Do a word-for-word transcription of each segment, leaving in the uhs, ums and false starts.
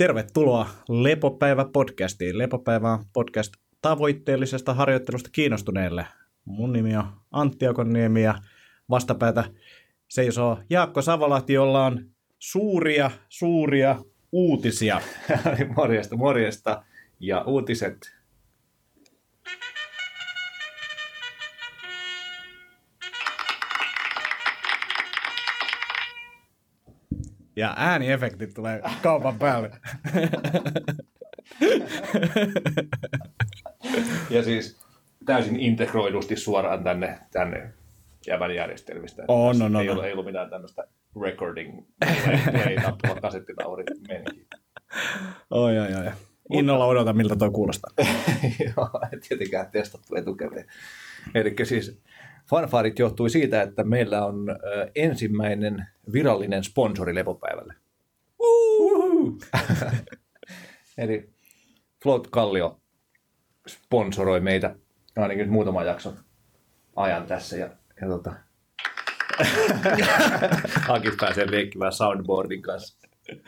Tervetuloa Lepopäivä-podcastiin. Lepopäivä on podcast tavoitteellisesta harjoittelusta kiinnostuneille. Mun nimi on Antti Akonniemi ja vastapäätä seisoo Jaakko Savolahti, jolla on suuria, suuria uutisia. Morjesta, morjesta. Ja uutiset. Ja ääniefektit tulee kaupan päälle. Ja siis täysin integroidusti suoraan tänne, tänne jävän järjestelmistä. On, on, on. Ei ollut, ei ollut mitään tämmöistä recording, play-tappua, kasettinauri menikin. Oi, oi, oi. Innolla odotan, miltä toi kuulostaa. Joo, et tietenkään testattu etukäteen. Eli siis fanfaarit johtui siitä, että meillä on ö, ensimmäinen virallinen sponsori Lepopäivälle. Eli Float Kallio sponsoroi meitä ainakin nyt muutaman jakson ajan tässä. Ja, ja tota... Hakis pääsee leikkimään soundboardin kanssa.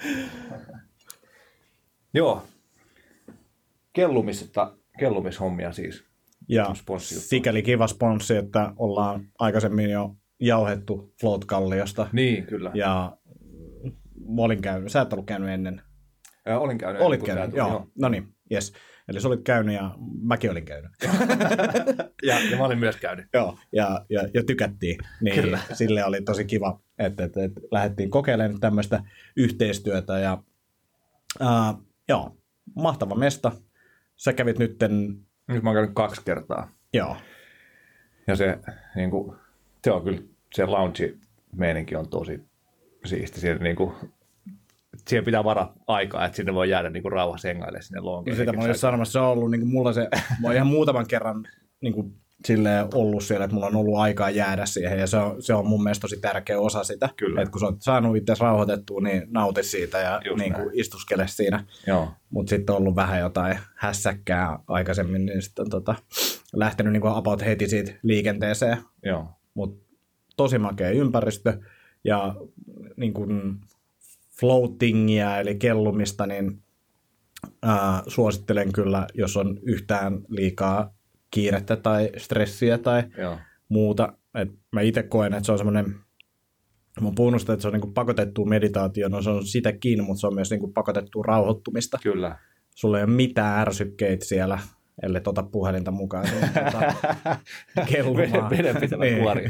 Joo. Kellumista, kellumishommia siis. Ja sikäli kiva sponssi, että ollaan aikaisemmin jo jauhettu Float Kalliosta. Niin, kyllä. Ja mä olin käynyt, sä et ollut käynyt ennen. Ja olin käynyt. Olit käynyt, joo. joo. No niin, jes. Eli sä olit käynyt ja mäkin olin käynyt. ja, ja mä olin myös käynyt. Joo, ja, ja, ja tykättiin. Niin kyllä. Sille oli tosi kiva, että, että, että lähdettiin kokeilemaan tämmöistä yhteistyötä. Ja, äh, joo, mahtava mesta. Sä kävit nytten... Nyt mä oon käynyt kaksi kertaa. Joo. Ja se, niin kuin, se on kyllä, se lounge-meininki on tosi siisti. Siellä, niin kuin, siihen pitää varaa aikaa, että sinne voi jäädä niin kuin rauhassa hengailemaan sinne lonkeen. Sitä mä olin sanomassa, se on ollut niin kuin mulla se, mä oon ihan muutaman kerran niin kuin, silleen ollut siellä, että mulla on ollut aikaa jäädä siihen, ja se on, se on mun mielestä tosi tärkeä osa sitä. Kyllä. Että kun sä oot saanut itse rauhoitettua, niin nauti siitä ja niin kuin, istuskele siinä. Mutta sitten on ollut vähän jotain hässäkkää aikaisemmin, niin sitten on tota, lähtenyt niin kuin about heti siitä liikenteeseen. Mutta tosi makea ympäristö, ja niin kuin floatingia, eli kellumista, niin ää, suosittelen kyllä, jos on yhtään liikaa kiirettä tai stressiä tai Joo. muuta. Et mä itse koen, että se on semmoinen, mä oon puhunut sitä, että se on niinku pakotettua meditaatio, no se on sitäkin, mutta se on myös niinku pakotettua rauhoittumista. Kyllä. Sulla ei ole mitään ärsykkeitä siellä, ellei tota puhelinta mukaan. Tota kellumaan. Veden pitävä kuori.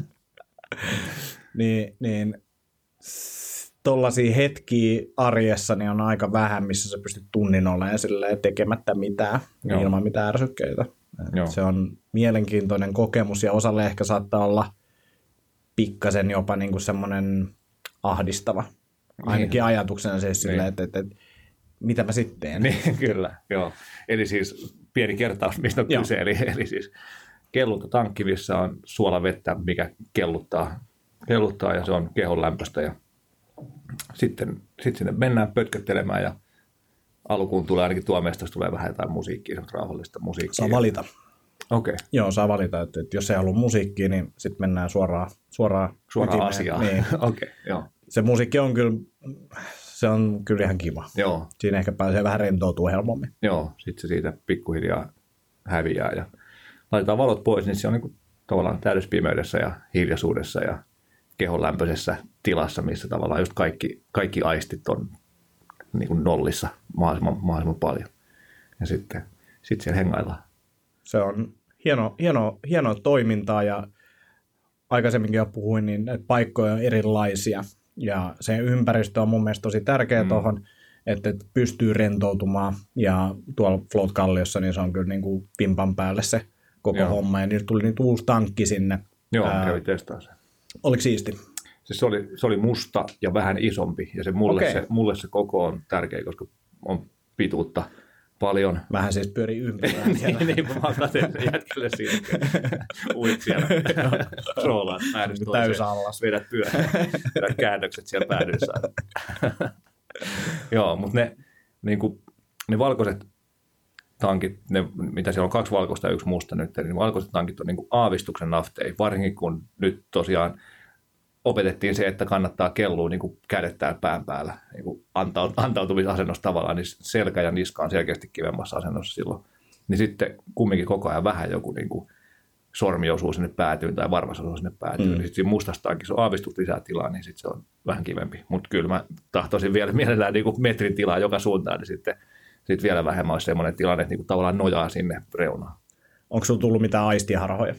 niin, niin tollaisia hetkiä arjessa niin on aika vähän, missä sä pystyt tunnin olemaan silleen tekemättä mitään, Joo. ilman mitään ärsykkeitä. Se on mielenkiintoinen kokemus ja osalle ehkä saattaa olla pikkasen jopa niinku semmoinen ahdistava. Ainakin niin. ajatuksena siis silleen, niin. että, että, että mitä mä sitten teen. Niin, kyllä, joo. Eli siis pieni kertaus, mistä on kyse. Eli, eli siis kelluntotankki, missä on suolavettä, mikä kelluttaa, kelluttaa ja se on kehon lämpöstä. Ja sitten, sitten sinne mennään pötköttelemään ja alkuun tulee ainakin tuomiosta, tulee vähän jotain musiikkia, rauhallista musiikkia. Saa valita. Okei. Okay. Joo, saa valita, että, että jos ei halua musiikkia, niin sitten mennään suoraan, suoraan, suoraan asiaan. Niin. Okei, okay, joo. Se musiikki on kyllä, se on kyllä ihan kiva. Joo. Siinä ehkä pääsee vähän rentoutua helpommin. Joo, sitten se siitä pikkuhiljaa häviää ja laitetaan valot pois, niin se on niin kuin tavallaan täydespimeydessä ja hiljaisuudessa ja kehonlämpöisessä tilassa, missä tavallaan just kaikki, kaikki aistit on niin kuin nollissa mahdollisimman, mahdollisimman paljon. Ja sitten, sitten siellä hengaillaan. Se on hieno, hieno, hienoa toimintaa ja aikaisemminkin jo puhuin, niin että paikkoja on erilaisia. Ja se ympäristö on mun mielestä tosi tärkeä mm. tuohon, että, että pystyy rentoutumaan. Ja tuolla Float Kalliossa niin se on kyllä niin kuin vimpan päälle se koko Joo. homma. Ja nyt tuli nyt uusi tankki sinne. Joo, Ää, kävi testaa sen. Oliko siisti? Siis se, oli, se oli musta ja vähän isompi, ja se mulle, okay. se mulle se koko on tärkeä, koska on pituutta paljon. Vähän siis pyörii ympärillä siellä. niin, niin, mä otan sen jätkelle siinä, uit siellä, roolaat päädystä toiseen, vedät pyörän, vedät käännökset siellä päädyssä. Joo, mutta ne, niin kuin, ne valkoiset tankit, ne, mitä siellä on kaksi valkoista ja yksi musta nyt, niin valkoiset tankit on niin kuin aavistuksen nafteja, varsinkin kun nyt tosiaan opetettiin se, että kannattaa kellua niin kuin kädet täällä pään päällä, niin kuin antautumisasennossa tavallaan, niin selkä ja niska on selkeästi kivemmassa asennossa silloin. Niin sitten kumminkin koko ajan vähän joku niin kuin sormi osuu sinne päätyyn tai varvas osuu sinne päätyyn, mm. niin sitten siinä mustastaankin, se on aavistus lisää tilaa, niin sitten se on vähän kivempi. Mutta kyllä mä tahtoisin vielä mielellään niin kuin metrin tilaa joka suuntaan, niin sitten, sitten vielä vähemmän olisi semmoinen tilanne, että niin kuin tavallaan nojaa sinne reunaan. Onko sulla tullut mitään aistiharhoja?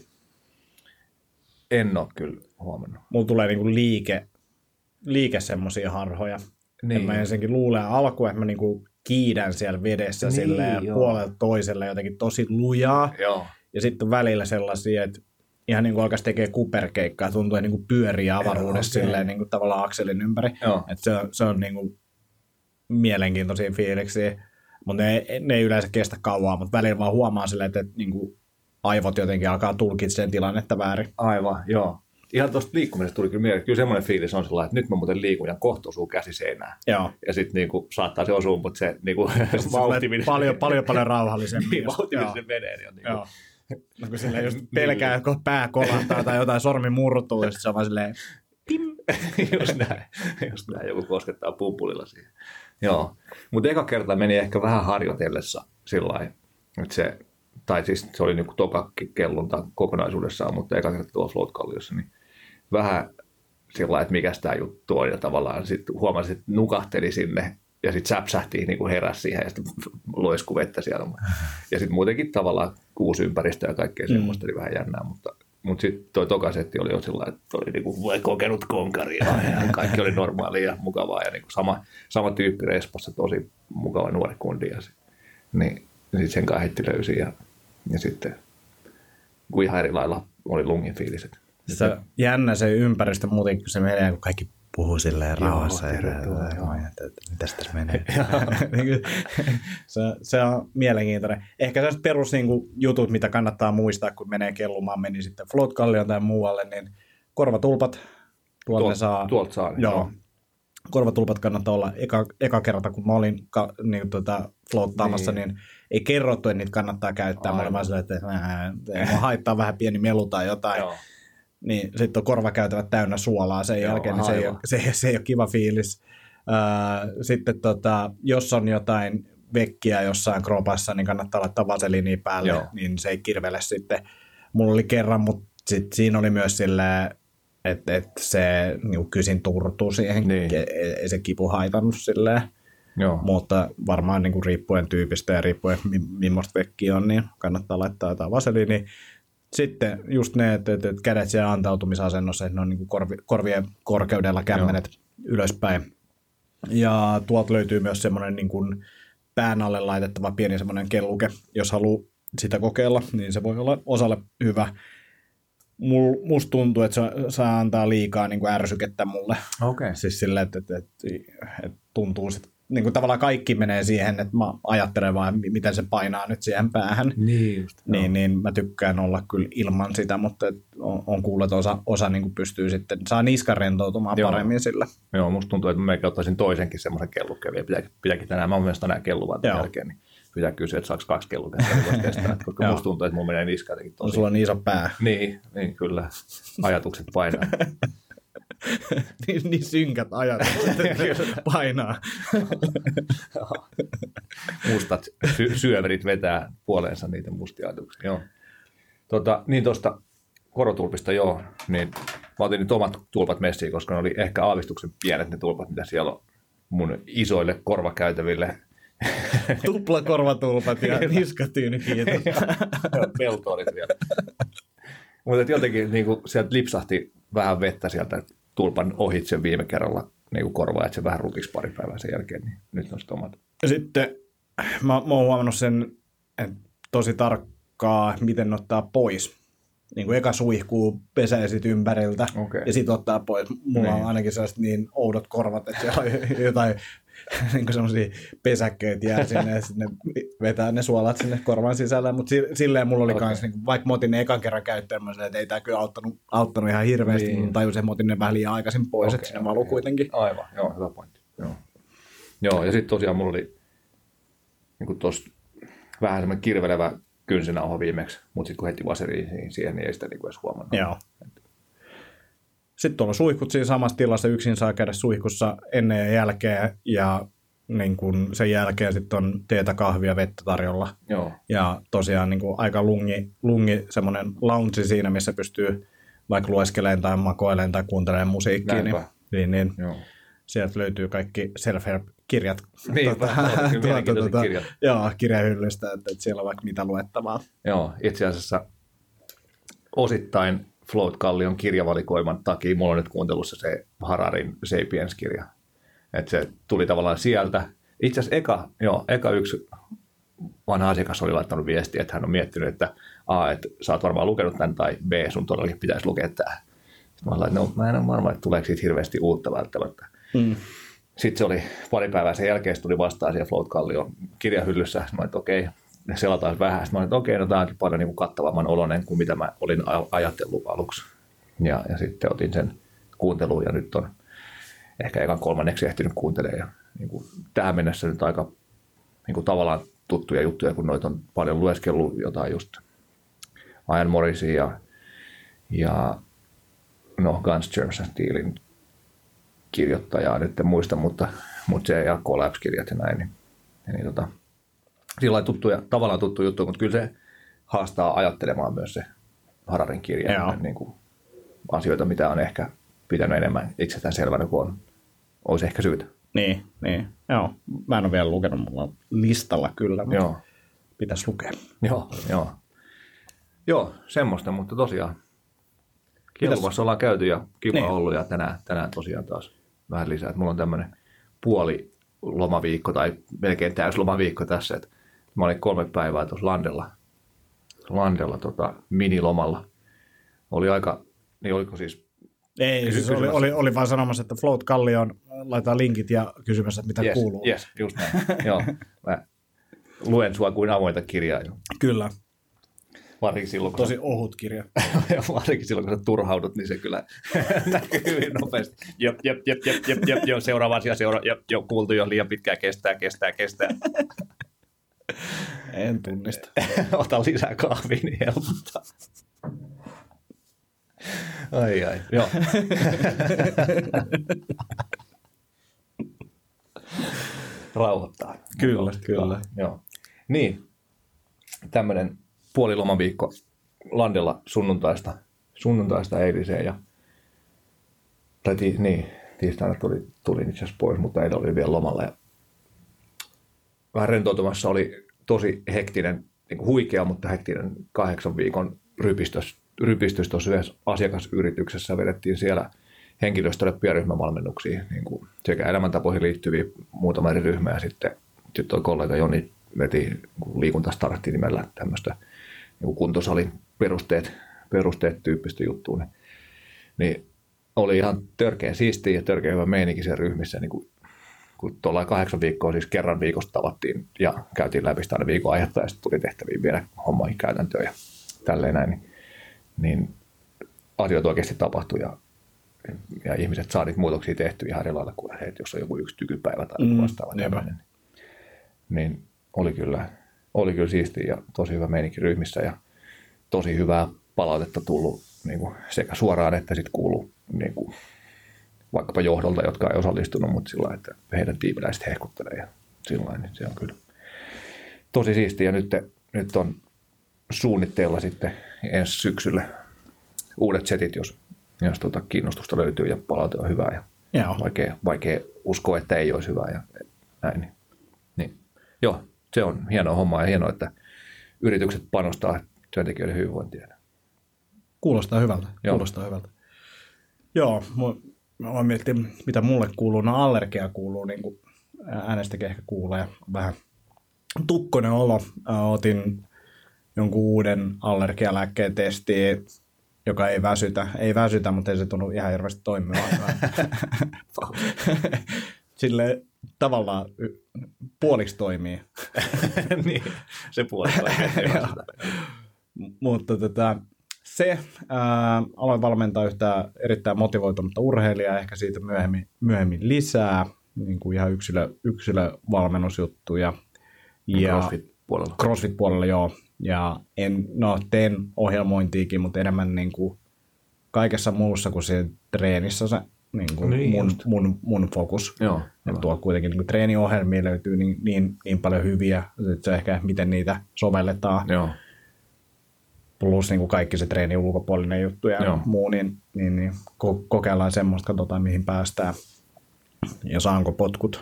En ole kyllä huomannut. Mulla tulee niinku liike, liike semmoisia harhoja. Niin. Mä ensinnäkin luulen alkuun, että mä niinku kiidän siellä vedessä niin, silleen puolelta toiselle jotenkin tosi lujaa. Joo. Ja sitten välillä sellaisia, että ihan niin kuin alkaisi tekemään kuperkeikkaa, tuntuu niin kuin pyöriä avaruudessa okay. silleen niin kuin tavallaan akselin ympäri. Että se on, se on niin kuin mielenkiintoisia fiiliksiä, mutta ne, ne ei yleensä kestä kauaa, mutta välillä vaan huomaa silleen, että, että niin kuin aivot jotenkin alkaa tulkitsemaan tilannetta väärin. Aivan, joo. Ihan tuosta liikkumisesta tuli kyllä mieleen. Kyllä semmoinen fiilis on sellainen, että nyt mä muuten liikun ja kohta osuu käsi seinään. Joo. Ja sitten niinku, saattaa se osua, mutta se niinku, vauhtiminen. Paljon, paljon, paljon rauhallisemmin. Niin, vauhtiminen se menee. Niin on niinku. Joo. No kun silleen just pelkää, kun pää kolahtaa tai jotain sormi murtuu, ja sitten se on vaan silleen pim. just näin. Just näin. Joku koskettaa pumpulilla siihen. Joo. Mutta eka kerta meni ehkä vähän harjoitellessa sillä lailla, että se, tai siis se oli niinku toka kellunta kokonaisuudessaan, mutta eka kerta tuolla Float-kalliossa, niin vähän sillä lailla, että mikäs tämä juttu on, ja tavallaan sitten huomasin, että nukahteli sinne, ja sitten säpsähti, niin kuin heräsi siihen, ja sitten loisku vettä siellä. Ja sitten muutenkin tavallaan uusi ympäristö ja kaikkea semmoista, mm. oli vähän jännää, mutta, mutta sitten toi toka setti oli jo sillä että oli niin kuin kokenut konkaria, ja kaikki oli normaalia ja mukavaa, ja niin kuin sama, sama tyyppi Respossa, tosi mukava nuori kundi, ja sit, niin sitten sen kanssa heitti löysiä, ja, ja sitten kun ihan eri lailla oli lungin fiiliset. Se on jännä se ympäristö muuten, kun se menee, kun kaikki puhuu silleen rauhassa. Mitäs tässä menee? se, se on mielenkiintoinen. Ehkä sellaiset perus niin kuin, jutut, mitä kannattaa muistaa, kun menee kellumaan, meni sitten Float-kallioon tai muualle, niin korvatulpat. Tuolta Tuol, saa. Tuolta saa. Joo. joo. Korvatulpat kannattaa olla eka, eka kerta, kun mä olin ka, niin, tuota, floattaamassa, niin. niin ei kerrottu, että niitä kannattaa käyttää. Aivan. Mä olin vaan silleen, että äh, haittaa vähän pieni melu tai jotain. Joo. Niin sitten on korvakäytävät täynnä suolaa sen joo, jälkeen, niin se ei, ole, se, se ei ole kiva fiilis. Öö, sitten tota, jos on jotain vekkiä jossain kropassa, niin kannattaa laittaa vaseliinia päälle, joo. niin se ei kirvele sitten. Mulla oli kerran, mutta sit siinä oli myös silleen, että et se niin kysin turtuu siihen, niin. ei se kipu haitannut silleen. Joo. Mutta varmaan niin kuin riippuen tyypistä ja riippuen millaista vekkiä on, niin kannattaa laittaa jotain vaseliinia. Sitten just ne, että, että kädet siellä antautumisasennossa, että ne on niin kuin korvi, korvien korkeudella kämmenet Joo. ylöspäin. Ja tuolta löytyy myös semmoinen niin kuin pään alle laitettava pieni semmoinen kelluke. Jos haluaa sitä kokeilla, niin se voi olla osalle hyvä. Mul, musta tuntuu, että se saa antaa liikaa niin kuin ärsykettä mulle. Okay. Siis silleen, että, että, että, että tuntuu sitten. Niin kuin tavallaan kaikki menee siihen, että mä ajattelen vaan, miten se painaa nyt siihen päähän. Niin, just, niin, niin mä tykkään olla kyllä ilman sitä, mutta on, on kuullut, että osa, osa niin kuin pystyy sitten, saa niskan rentoutumaan joo. paremmin sillä. Joo, musta tuntuu, että mä ottaisin toisenkin semmoisen kellukkeen vielä. Pitääkin, pitääkin tänään, mä oon myös tänään kelluvan tämän jälkeen, niin pitää kysyä, että saako kaksi kelluketta, niin voisi testaa, koska musta tuntuu, että mun menee niska jotenkin tosi. No, sulla on niin iso pää. Niin, niin kyllä. Ajatukset painaa. niin, niin synkät ajatukset, painaa. Mustat sy- syöverit vetää puoleensa niitä mustia ajatuksia. Joo. Tota, niin tuosta korotulpista joo, niin mä otin nyt omat tulpat messiin, koska ne oli ehkä aavistuksen pienet ne tulpat, mitä siellä on mun isoille korvakäytäville. Tuplakorvatulpat ja niskatyyny, kiitos. Peltoorit vielä. Mutta jotenkin niin kuin, sieltä lipsahti vähän vettä sieltä tulpan ohitse viime kerralla niin korvaa, että se vähän rutiksi pari päivää sen jälkeen, niin nyt on omat. Sitten mä, mä oon huomannut sen, että tosi tarkkaa, miten ottaa pois. Niin kuin eka suihkuu, pesee sit ympäriltä okay. ja sitten ottaa pois. Mulla niin. on ainakin sellaiset niin oudot korvat, että siellä on jotain niin semmoisia pesäkkeitä jää sinne ja sitten ne vetää ne suolat sinne korvan sisällä, mutta silleen mulla oli okay. kans, niin kuin, vaikka mä otin ne ekan kerran käyttöön, mä sanoin, että ei tämä kyllä auttanut, auttanut ihan hirveästi, niin. mutta tajusin, että mä otin ne vähän liian aikaisin pois, okay, että sinne okay. valuu kuitenkin. Aivan, joo, hyvä pointti. Joo, joo ja sitten tosiaan mulla oli niin kuin tossa vähän semmoinen kirvelevä kynsinauho viimeksi, mutta sitten kun heti vaseriin siihen, niin ei sitä niin kuin edes huomannut. Joo. Sitten tuolla suihkut siinä samassa tilassa, yksin saa käydä suihkussa ennen ja jälkeen, ja niin kun sen jälkeen sitten on teetä, kahvia, vettä tarjolla. Joo. Ja tosiaan niin kun aika lungi, lungi semmoinen lounge siinä, missä pystyy vaikka lueskelemaan tai makoilemaan tai kuuntelemaan musiikkia. Niin, niin, niin sieltä löytyy kaikki self-help-kirjat. Niin, tuota, tuota, tuota, kirjat. Joo, kirjahyllystä, että, että siellä on vaikka mitä luettavaa. Joo, itse asiassa osittain Float Kallion kirjavalikoiman takia mulla on nyt kuuntelussa se Hararin Sapiens-kirja. Että se tuli tavallaan sieltä. Itse asiassa eka, joo, eka yksi vanha asiakas oli laittanut viestiä, että hän on miettinyt, että A, että sä oot varmaan lukenut tämän, tai B, sun todellakin pitäisi lukea tämä. Sitten mä olin, että no, mä en ole varma, että tuleeko siitä hirveästi uutta välttämättä. Mm. Sitten se oli pari päivää sen jälkeen, se tuli vastaan siellä Float Kallion kirjahyllyssä. Sitten mä olin, että okei, selataan vähän. Sitten mä olin, että okei, no tämä on paljon niin kuin kattavamman oloinen kuin mitä mä olin ajatellut aluksi. Ja, ja sitten otin sen kuunteluun ja nyt on ehkä ekan kolmanneksi ehtinyt kuuntelemaan. Ja niin kuin tähän mennessä nyt aika niin kuin tavallaan tuttuja juttuja, kun noita on paljon lueskellut jotain just Ian Morrisin ja, ja no, Guns, Germs and Steelin kirjoittajaa, nyt en muista, mutta, mutta se ja Collapse-kirjat ja näin. Niin, niin tota, sillä tuttuja, tavallaan tuttu juttu, mutta kyllä se haastaa ajattelemaan myös se Hararin kirja, niin kuin asioita, mitä on ehkä pitänyt enemmän itsestään selvänä kuin on, olisi ehkä syytä. Niin, niin. Joo. Mä en ole vielä lukenut, mulla on listalla kyllä, mutta joo. Pitäisi lukea. Joo, joo. Joo, semmoista, mutta tosiaan Kieluvassa ollaan käyty ja kiva niin. ollut ja tänään, tänään tosiaan taas vähän lisää. Että mulla on tämmöinen puoli lomaviikko tai melkein täys lomaviikko tässä. Että mä olin kolme päivää tuossa Landella, Landella tota, minilomalla. Oli aika, niin oliko siis... Ei, siis oli, oli, oli vaan sanomassa, että Float Kallioon laitetaan linkit ja kysymässä, että mitä yes, kuuluu. Yes, just näin. Joo, mä luen sua kuin avointa kirjaa. Jo. Kyllä. Varsinkin silloin, kun Tosi sä, ohut kirja. varsinkin silloin, kun sä turhaudut, niin se kyllä näkyy hyvin nopeasti. Jop, jop, jop, jop, jop, jop, jop, seuraava asia, seuraava, jop, jop, kuultu jo liian pitkään, kestää, kestää, kestää. En tunnista. Ota lisää kahvia, niin helpottaa. Ai ai, joo. Rauhoittaa. Kyllä, kyllä. Joo. Niin, tämmöinen puolilomaviikko Landella sunnuntaista, sunnuntaista eiliseen ja tai ti, niin, tiistaina tuli, tuli itse asiassa pois, mutta eilen oli vielä lomalla ja vähän rentoutumassa oli tosi hektinen, niin kuin huikea, mutta hektinen kahdeksan viikon rypistys, rypistys tuossa yhdessä asiakasyrityksessä. Vedettiin siellä henkilöstölle pienryhmävalmennuksia, niin kuin sekä elämäntapoihin liittyviä muutama eri ryhmä ja sitten, sitten tuo kollega Joni veti liikuntastartti nimellä tämmöistä niin kuntosalin perusteet, perusteet tyyppistä juttua. Niin, niin oli ihan törkeän siistiä ja törkeän hyvä meininki siellä ryhmissä, niin kuin, kun tuolla kahdeksan viikkoa siis kerran viikosta tavattiin ja käytiin läpi sitä aina viikon aihetta ja sitten tuli tehtäviä vielä hommoihin käytäntöön ja tälleen näin, niin, niin asioita oikeasti tapahtui ja, ja ihmiset saa niitä muutoksia tehtyä ihan eri lailla kuin he, että jos on joku yksi tykypäivä tai mm, vastaava tämmöinen, niin oli kyllä, oli kyllä siistiä ja tosi hyvä meininki ryhmissä ja tosi hyvää palautetta tullut niin kuin sekä suoraan että sitten kuuluu niin kuin vaikkapa johdolta, jotka ei osallistunut, mutta sillä lailla, että heidän tiimiläiset hehkuttelee ja sillä lailla, niin se on kyllä tosi siistiä. Ja nyt, nyt on suunnitteilla sitten ensi syksylle uudet setit, jos, jos tuota kiinnostusta löytyy ja palaute on hyvää ja vaikea, vaikea uskoa, että ei olisi hyvää ja näin. Niin, niin. Joo, se on hienoa hommaa ja hienoa, että yritykset panostaa työntekijöiden hyvinvointiin. Kuulostaa hyvältä. Joo. Kuulostaa hyvältä. Joo, mä voin miettiä, mitä mulle kuuluu. No allergia kuuluu, niin kuin äänestäkin ehkä kuulee. Vähän tukkoinen olo. Otin jonkun uuden allergialääkkeen testiin, joka ei väsytä. Ei väsytä, mutta ei se tunnu ihan hirveästi toimivaakaan. Silleen tavallaan puoliksi toimii. Niin, se puoliksi toimii. Mutta tätä... Se, ää, aloin valmentaa yhtä erittäin motivoitunutta urheilijaa, ehkä siitä myöhemmin, myöhemmin lisää, niin kuin ihan yksilö, yksilövalmennusjuttuja. Ja CrossFit-puolella. CrossFit-puolella, joo. Ja en, no, teen ohjelmointiikin, mutta enemmän niin kuin kaikessa muussa kuin siinä treenissä se niin kuin niin, mun, mun, mun fokus. Joo. Ja tuolla kuitenkin niin kuin treeniohjelmia löytyy niin, niin, niin paljon hyviä, että se ehkä miten niitä sovelletaan. Joo. Plus niin kuin kaikki se treeni ulkopuolinen juttu ja Joo. muu, niin, niin, niin ko- kokeillaan semmoista, katsotaan mihin päästään ja saanko potkut.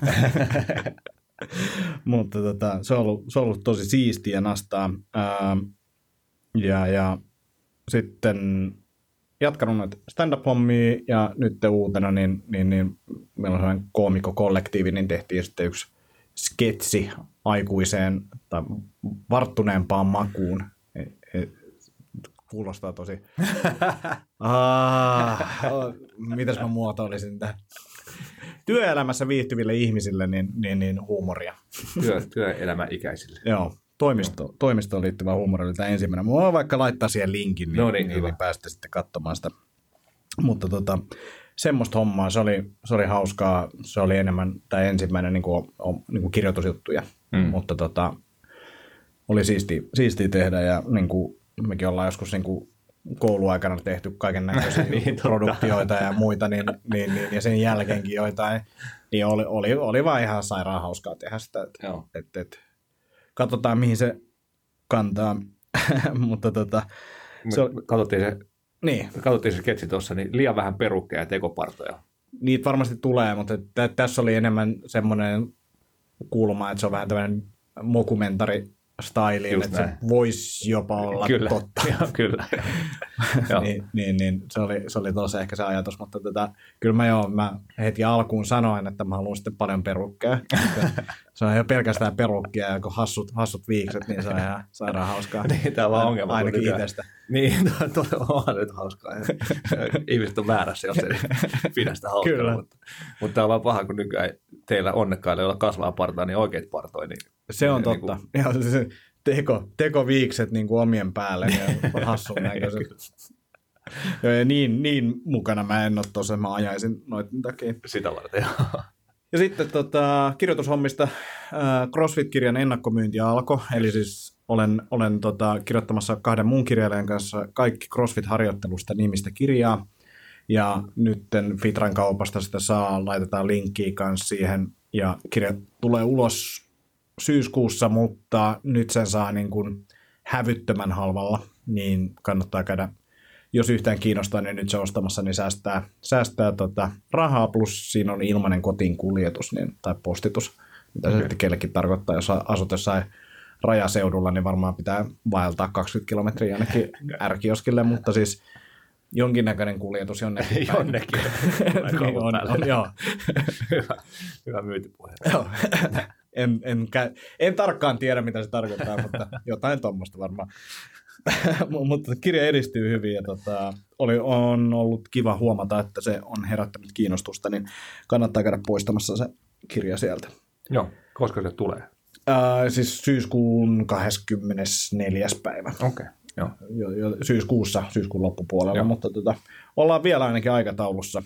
Mutta tota, se, on ollut, se on ollut tosi siistiä nastaa. Ää, ja, ja sitten jatkanut näitä stand-up-hommia ja nyt uutena niin, niin, niin meillä on sellainen koomikokollektiivi, niin tehtiin sitten yksi sketsi aikuiseen tai varttuneempaan makuun. Kuulostaa tosi... ah, mitäs mä muotoilisin tähän? Työelämässä viihtyville ihmisille niin, niin, niin huumoria. Työ, työelämäikäisille. Joo, toimisto, toimistoon liittyvä huumori oli tämä ensimmäinen. Mä voin vaikka laittaa siihen linkin, niin, no niin, niin, niin päästä sitten katsomaan sitä. Mutta tota, semmoista hommaa, se oli, se oli hauskaa. Se oli enemmän tämä ensimmäinen niin kuin, niin kuin kirjoitusjuttuja, mm. mutta tota, oli siistiä, siistiä tehdä ja niin kuin, mekin ollaan joskus niin kuin kouluaikana tehty kaiken näköisiä niin, produktioita ja muita, niin, niin, niin, ja sen jälkeenkin joitain, niin oli, oli, oli vaan ihan sairaan hauskaa tehdä sitä, että et, et, katsotaan mihin se kantaa, mutta tota... Se on, katsottiin se, niin. katsottiin se sketsi tuossa, niin liian vähän perukkeja ja tekopartoja. Niitä varmasti tulee, mutta t- tässä oli enemmän semmoinen kulma, että se on vähän tämmöinen mokumentari, styliin, että näin. Se voisi jopa olla kyllä, totta. Joo, kyllä. niin, niin, niin, se oli, se oli tuossa ehkä se ajatus, mutta tätä, kyllä mä, joo, mä heti alkuun sanoin, että mä haluan sitten paljon perukkeja. Se on jo pelkästään perukkia ja kun hassut, hassut viikset, niin se on ihan sairaan hauskaa. Niin, tämä on vaan ongelma. Ainakin itsestä. Niin, tuo on nyt hauskaa. Ihmiset on väärässä, jos ei pidä sitä hauskaa. Kyllä. Mutta, mutta tämä on vaan paha, kun nykyään teillä onnekkailla, joilla kasvaa partaa, niin oikeat partoi. Niin, se on niin, totta. Niin kuin... se teko, tekoviikset niin kuin omien päälle ja hassun näköiset. Ja niin, niin mukana mä en ole tosiaan, mä ajaisin noiden takia. Sitä varten, joo. Ja sitten tota, kirjoitushommista äh, CrossFit-kirjan ennakkomyynti alkoi, eli siis olen, olen tota, kirjoittamassa kahden muun kirjailijan kanssa kaikki CrossFit-harjoittelusta nimistä kirjaa, ja nytten Fitran kaupasta sitä saa, laitetaan linkkiä kanssa siihen, ja kirja tulee ulos syyskuussa, mutta nyt sen saa niin kuin hävyttömän halvalla, niin kannattaa käydä, jos yhtään kiinnostaa, niin nyt se ostamassa, niin säästää, säästää tota rahaa, plus siinä on ilmainen kotiin kuljetus niin, tai postitus, mitä okay. se sitten kellekin tarkoittaa, jos asut jossain rajaseudulla, niin varmaan pitää vaeltaa kaksikymmentä kilometriä ainakin R-kioskille, mutta siis jonkinnäköinen kuljetus jonnekin. Jonnekin. niin on, on, joo. hyvä, hyvä myyntipuhe. Joo. En, en, en tarkkaan tiedä, mitä se tarkoittaa, mutta jotain tuommoista varmaan. Mutta kirja edistyy hyvin ja tota, oli, on ollut kiva huomata, että se on herättänyt kiinnostusta, niin kannattaa käydä poistamassa se kirja sieltä. Joo, koska se tulee? Ää, siis syyskuun kahdeskymmenesneljäs päivä. Okei, okay, joo. Jo, jo, syyskuussa, syyskuun loppupuolella, joo. Mutta tota, ollaan vielä ainakin aikataulussa.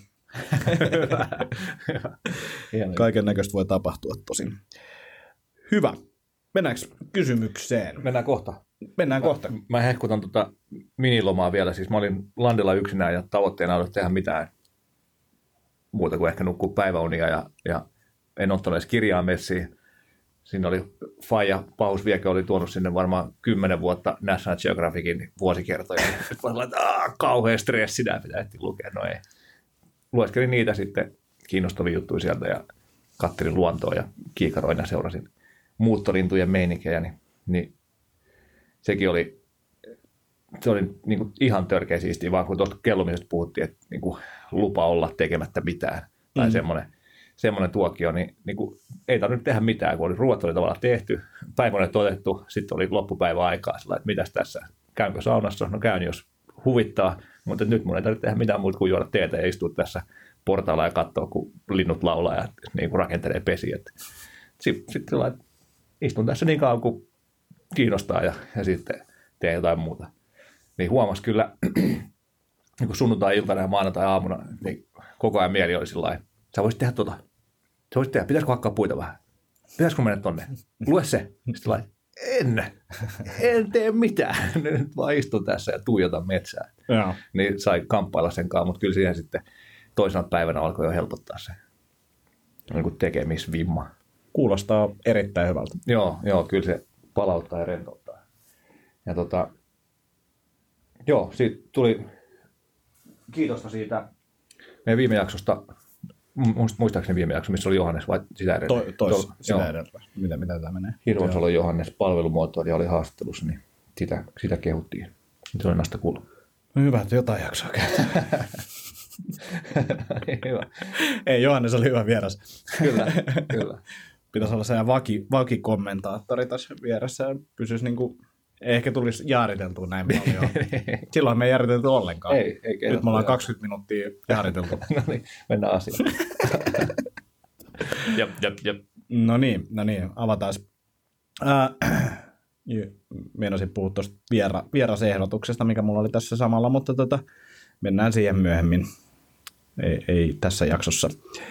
Kaiken näköistä voi tapahtua tosin. Hyvä. Mennäänkö kysymykseen? Mennään kohta. Mennään mä, kohta. Mä hehkutan tuota minilomaa vielä. Siis mä olin landilla yksinään ja tavoitteena oli tehdä mitään muuta kuin ehkä nukkua päiväunia. Ja, ja en ottanut edes kirjaa messiin. Siinä oli faija Pahus Viekö oli tuonut sinne varmaan kymmenen vuotta National Geographicin vuosikertoja. Sitten mä sanoin, että kauhean stressi, nää pitää ehtiä lukea. No ei. Lueskelin niitä sitten kiinnostavia juttuja sieltä ja kattelin luontoa ja kiikaroin ja seurasin muuttolintujen meininkejä, niin, niin sekin oli, se oli niin kuin ihan törkeä siistiä, vaan kun tuosta kellumisesta puhuttiin, että niin kuin lupa olla tekemättä mitään, tai mm. semmoinen, semmoinen tuokio, niin, niin kuin ei tarvinnut tehdä mitään, kun oli ruoat oli tavallaan tehty, päivä oli otettu, sitten oli loppupäivä aikaa, sillä, että mitäs tässä, käynkö saunassa, no käyn, jos huvittaa, mutta nyt mun ei tarvitse tehdä mitään muuta kuin juoda teetä ja istua tässä portailla ja katsoa, kun linnut laulaa ja niin kuin rakentelee pesiä. Sitten sit istun tässä niin kauan, kun kiinnostaa ja, ja sitten teen jotain muuta. Niin huomasi kyllä, niin kuin sunnuntai-iltana ja maanantai-aamuna, niin koko ajan mieli oli sillä lailla, sä voisit tehdä tota. Sä voisit tehdä, pitäisikö hakkaa puita vähän? Pitäisikö mennä tonne? Lue se. Sitten lailla, en, en tee mitään. Nyt vaan istun tässä ja tuijotan metsää. Joo. Niin sai kamppailla sen kanssa, mutta kyllä siihen sitten toisena päivänä alkoi jo helpottaa se niin kuin tekemisvimma. Kuulostaa erittäin hyvältä. Joo, joo, kyllä se palauttaa ja rentouttaa. Ja tota, joo, siitä tuli kiitosta siitä meidän viime jaksosta, muistaakseni viime jakso, missä oli Johannes vai sitä edelleen? To, tois, to, sitä edelleen. Mitä, mitä tämä menee? Hirvonsalo Johannes, palvelumuotoilija, oli haastattelussa, niin sitä, sitä kehuttiin. Se oli näistä kuulla. No hyvä, että jotain jaksoa käytetään. Hyvä. Ei, Johannes oli hyvä vieras. Kyllä, kyllä. Pitäisi olla sellainen vaki, vakikommentaattori tässä vieressä ja pysyisi niin kuin, ehkä tulisi jaariteltua näin paljon. Silloin me ei jaariteltu ollenkaan. Ei, ei Nyt me ollaan kaksikymmentä minuuttia jaariteltu. No niin, mennään asiaan. jep, jep, jep. No niin, no niin, avataan. Äh, meinasin puhua tuosta viera, vierasehdotuksesta, mikä mulla oli tässä samalla, mutta tota, mennään siihen myöhemmin. Ei, ei tässä jaksossa.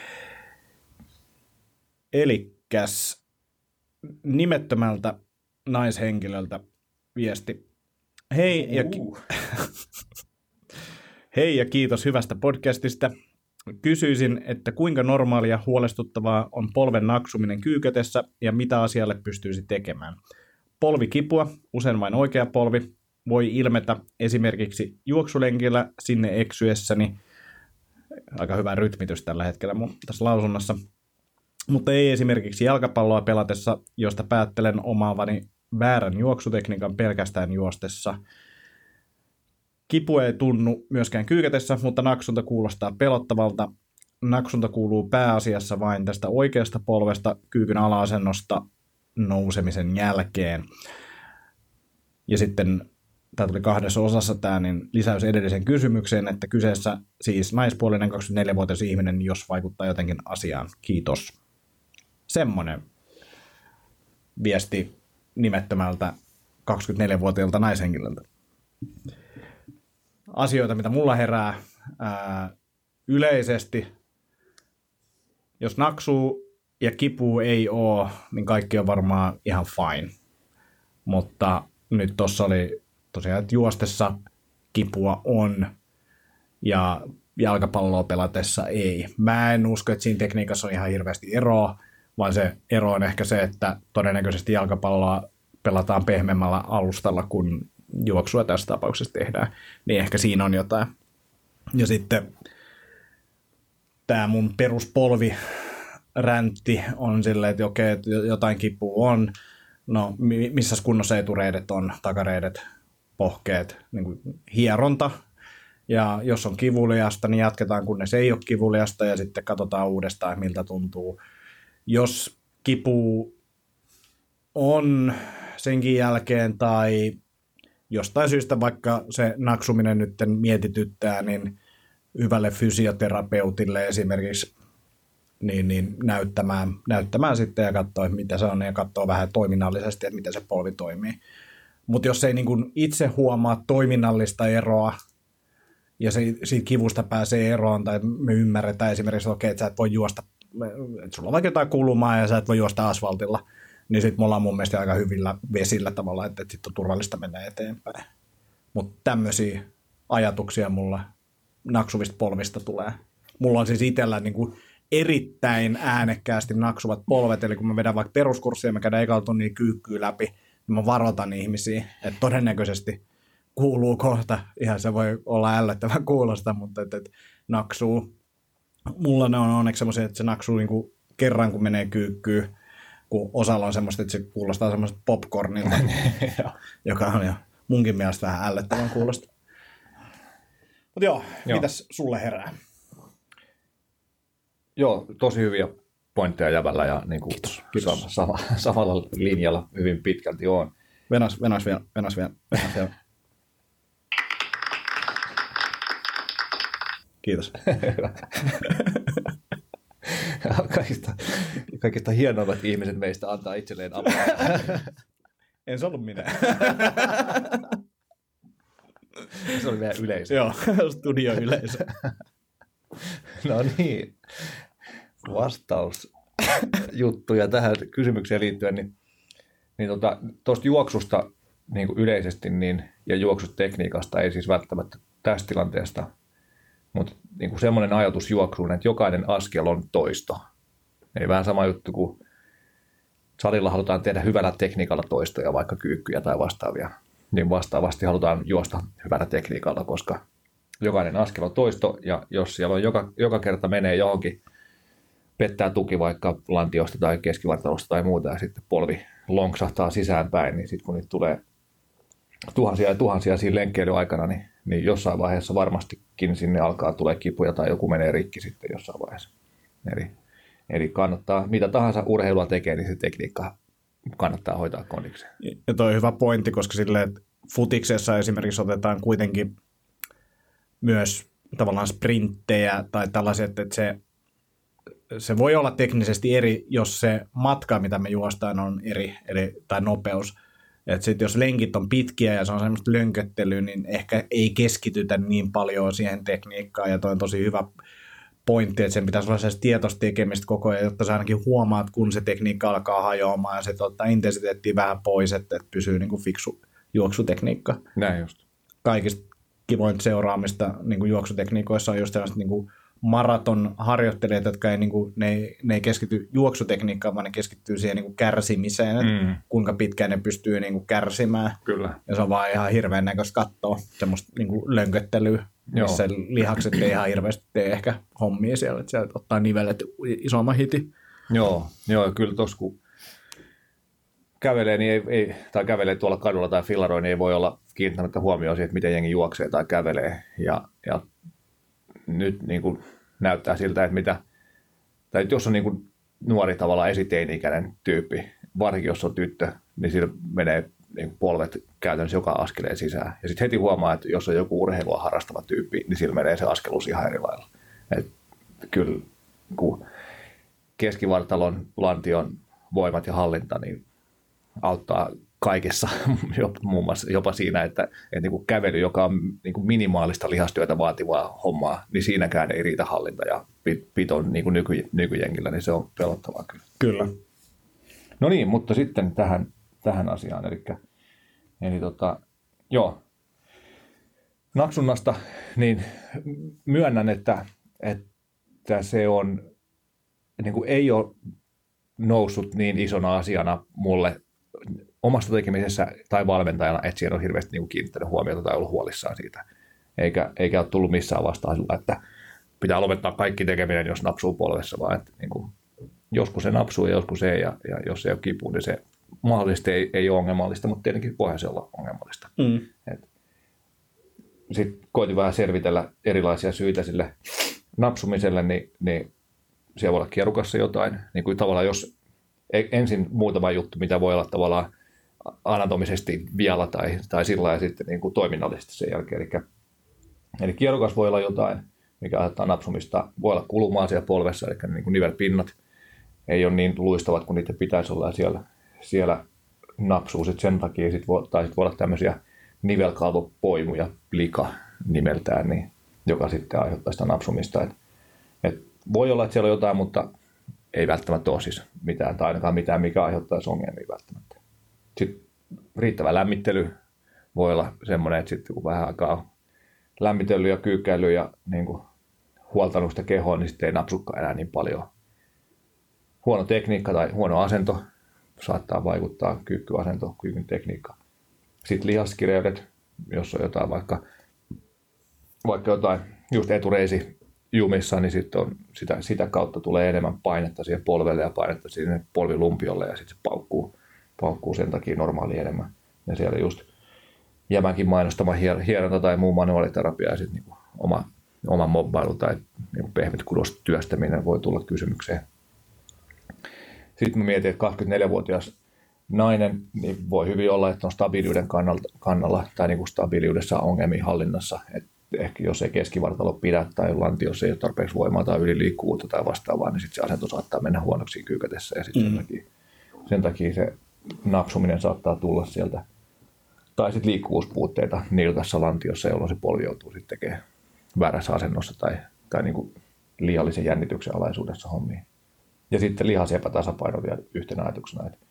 Elikkäs nimettömältä naishenkilöltä viesti. Hei ja, ki- Hei ja kiitos hyvästä podcastista. Kysyisin, että kuinka normaalia ja huolestuttavaa on polven naksuminen kyykätessä ja mitä asialle pystyisi tekemään. Polvikipua, usein vain oikea polvi, voi ilmetä esimerkiksi juoksulenkillä sinne eksyessäni. Aika hyvä rytmitys tällä hetkellä mun tässä lausunnassa. Mutta ei esimerkiksi jalkapalloa pelatessa, josta päättelen omaavani väärän juoksutekniikan pelkästään juostessa. Kipu ei tunnu myöskään kyykätessä, mutta naksunta kuulostaa pelottavalta. Naksunta kuuluu pääasiassa vain tästä oikeasta polvesta kyykyn ala-asennosta nousemisen jälkeen. Ja sitten, tämä tuli kahdessa osassa tämä, niin lisäys edellisen kysymykseen, että kyseessä siis naispuolinen kaksikymmentäneljävuotias ihminen, jos vaikuttaa jotenkin asiaan. Kiitos. Semmoinen viesti nimettömältä kaksikymmentäneljävuotiaalta naishenkilöltä. Asioita, mitä mulla herää ää, yleisesti. Jos naksuu ja kipuu ei ole, niin kaikki on varmaan ihan fine. Mutta nyt tuossa oli tosiaan, että juostessa kipua on ja jalkapalloa pelatessa ei. Mä en usko, että siinä tekniikassa on ihan hirveästi eroa, vaan se ero on ehkä se, että todennäköisesti jalkapalloa pelataan pehmeämmällä alustalla kuin juoksua tässä tapauksessa tehdään, niin ehkä siinä on jotain. Ja sitten tämä mun peruspolviräntti on silleen, että okei, että jotain kipua on, no missä kunnossa etureidet on, takareidet, pohkeet, niin kuin hieronta, ja jos on kivuliasta, niin jatketaan kunnes ei ole kivuliasta, ja sitten katsotaan uudestaan, miltä tuntuu. Jos kipu on senkin jälkeen, tai jostain syystä vaikka se naksuminen nyt mietityttää, niin hyvälle fysioterapeutille esimerkiksi niin, niin näyttämään, näyttämään sitten ja katsoa, mitä se on, ja katsoa vähän toiminnallisesti, että miten se polvi toimii. Mutta jos ei niin kun itse huomaa toiminnallista eroa, ja se, siitä kivusta pääsee eroon, tai me ymmärretään esimerkiksi, okay, että sä et voi juosta, että sulla on vaikka jotain kulumaa, ja sä et voi juosta asfaltilla, niin sitten me ollaan mun mielestä aika hyvillä vesillä tavalla, että sitten on turvallista mennä eteenpäin. Mutta tämmöisiä ajatuksia mulla naksuvista polvista tulee. Mulla on siis itsellä niinku erittäin äänekkäästi naksuvat polvet, eli kun mä vedän vaikka peruskurssia, mä käydään ekalla tunnin kyykkyä läpi, niin mä varoitan ihmisiä, että todennäköisesti kuuluu kohta, ihan se voi olla ällöttävän kuulosta, mutta että et naksuu. Mulla ne on onneksi semmoisia, että se naksuu niinku kerran, kun menee kyykkyyn, kun osalla on semmoista, että se kuulostaa semmoista popcornilta, joka on jo munkin mielestä vähän ällöttävän kuulosta. Mutta joo, joo, mitäs sulle herää? Joo, tosi hyviä pointteja jävällä ja niin kuin Kiitos. Kiitos. Sama, samalla linjalla hyvin pitkälti on. Venas, venas vielä, venas vielä, venas vielä. Kiitos. kaikista, kaikista hienoimmat ihmiset meistä antaa itselleen apua. En se ollut minä. Se oli meidän yleisö. Joo, studio-yleisö. No niin, vastausjuttuja tähän kysymykseen liittyen, niin niin tuosta tota, juoksusta niin kuin yleisesti niin, ja juoksutekniikasta ei siis välttämättä tästä tilanteesta, mutta niin kuin semmoinen ajatus juoksuun, että jokainen askel on toisto. Ei vähän sama juttu kuin salilla halutaan tehdä hyvällä tekniikalla toistoja, vaikka kyykkyjä tai vastaavia. Niin vastaavasti halutaan juosta hyvällä tekniikalla, koska jokainen askel on toisto, ja jos siellä on joka, joka kerta menee johonkin, pettää tuki vaikka lantiosta tai keskivartalosta tai muuta, ja sitten polvi lonksahtaa sisäänpäin, niin sitten kun niitä tulee tuhansia ja tuhansia siinä lenkkeilyaikana, niin, niin jossain vaiheessa varmastikin sinne alkaa tulee kipuja tai joku menee rikki sitten jossain vaiheessa. Eli, eli kannattaa, mitä tahansa urheilua tekee, niin se tekniikka kannattaa hoitaa kondikseen. Ja toi on hyvä pointti, koska silleen, että futiksessa esimerkiksi otetaan kuitenkin myös tavallaan sprinttejä tai tällaiset, että se, se voi olla teknisesti eri, jos se matka, mitä me juostaan, on eri, eli, tai nopeus. Että sitten jos lenkit on pitkiä ja se on semmoista lönköttelyä, niin ehkä ei keskitytä niin paljon siihen tekniikkaan, ja toi on tosi hyvä pointti, että sen pitäisi olla sellaista tietoista tekemistä koko ajan, jotta sä ainakin huomaat, kun se tekniikka alkaa hajoamaan, ja se ottaa intensiteettiä vähän pois, että, että pysyy niin kuin fiksu juoksutekniikka. Näin just. Kaikista kivointa seuraamista niin kuin juoksutekniikoissa on just sellaiset niin kuin maratonharjoittelijat, jotka ei, niin kuin, ne, ei, ne ei keskity juoksutekniikkaan, vaan ne keskittyy siihen niin kuin kärsimiseen, mm. kuinka pitkään ne pystyy niin kuin kärsimään. Kyllä. Ja se on vaan ihan hirveän näköistä katsoa semmoista niin kuin lönköttelyä, missä lihakset ei ihan hirveästi tee ehkä hommia siellä, että sieltä ottaa nivelet isomman hitin. Joo, joo kyllä tuossa kun kävelee, niin ei, ei, tai kävelee tuolla kadulla tai fillaroi, niin ei voi olla kiinnittämättä huomioon siihen, että miten jengi juoksee tai kävelee. Ja, ja nyt niin kuin näyttää siltä, että mitä, tai jos on niin kuin nuori tavallaan esiteini-ikäinen tyyppi, varsinkin jos on tyttö, niin sillä menee niin kuin polvet käytännössä joka askeleen sisään. Ja sitten heti huomaa, että jos on joku urheilua harrastava tyyppi, niin sillä menee se askelus ihan eri lailla. Et kyllä kun keskivartalon, lantion voimat ja hallinta niin auttaa kaikessa, muun muassa jopa siinä, että, että niin kuin kävely, joka on niin kuin minimaalista lihastyötä vaativaa hommaa, niin siinäkään ei riitä hallinta ja pito niin kuin nyky, nykyjengillä, niin se on pelottavaa kyllä. Kyllä. No niin, mutta sitten tähän, tähän asiaan, eli, eli tota, joo, naksunnasta, niin myönnän, että, että se on, niin kuin ei ole noussut niin isona asiana mulle omasta tekemisessä tai valmentajana, että siellä on hirveästi niin kuin kiinnittänyt huomiota tai ollut huolissaan siitä. Eikä, eikä ole tullut missään vastaan sillä, että pitää lopettaa kaikki tekeminen, jos napsuu polvessa, vaan että niin kuin, joskus se napsuu ja joskus ei, ja, ja jos ei ole kipua, niin se mahdollisesti ei, ei ole ongelmallista, mutta tietenkin voihan se olla ongelmallista. Mm. Sitten koitin vähän selvitellä erilaisia syitä sille napsumiselle, niin, niin siellä voi olla kierukassa jotain, niin kuin tavallaan jos ensin muutama juttu, mitä voi olla tavallaan anatomisesti vialla tai, tai sillä ja sitten niin kuin toiminnallisesti sen jälkeen. Eli, eli kierukas voi olla jotain, mikä aiheuttaa napsumista. Voi olla kulumaa siellä polvessa, eli niin kuin nivelpinnat ei ole niin luistavat kuin niitä pitäisi olla, ja siellä, siellä napsuu sitten sen takia. Sit voi, tai sitten voi olla tämmöisiä nivelkalvopoimuja, plika nimeltään, niin, joka sitten aiheuttaa sitä napsumista. Et, et voi olla, että siellä on jotain, mutta ei välttämättä ole siis mitään, tai ainakaan mitään, mikä aiheuttaisi ongelmia välttämättä. Sitten riittävä lämmittely voi olla semmoinen, että sitten kun vähän aikaa on lämmitellyt ja kyykkäillyt ja niin kuin huoltanut sitä kehoa, niin sitten ei napsukkaan enää niin paljon. Huono tekniikka tai huono asento saattaa vaikuttaa, kyykkyasento, kyykyn tekniikka. Sitten lihaskireydet, jos on jotain vaikka, vaikka jotain just etureisi jumissa, niin sitten on sitä, sitä kautta tulee enemmän painetta siihen polvelle ja painetta sinne polvilumpiolle, ja sitten se paukkuu, paukkuu sen takia normaali enemmän. Ja siellä just jämänkin mainostama hier, hieronta tai muu manuaaliterapia ja sitten niinku oma, oma mobbailu tai niinku pehmyt kudosta työstäminen voi tulla kysymykseen. Sitten mä mietin, että kaksikymmentäneljävuotias nainen niin voi hyvin olla, että on stabiiliuden kannalla, kannalla tai niinku stabiiliudessa ongelmia hallinnassa. Et ehkä jos ei keskivartalo pidä tai lantiossa ei ole tarpeeksi voimaa tai yliliikkuvuutta tai vastaavaa, niin sitten se asento saattaa mennä huonoksi kyykätessä, ja sitten mm. sen, takia, sen takia se napsuminen saattaa tulla sieltä. Tai sitten liikkuvuuspuutteita nilkassa lantiossa, jolloin se polvi joutuu sitten tekemään väärässä asennossa tai, tai niin kuin liiallisen jännityksen alaisuudessa hommiin. Ja sitten lihasepätasapaino vielä yhtenä ajatuksena, että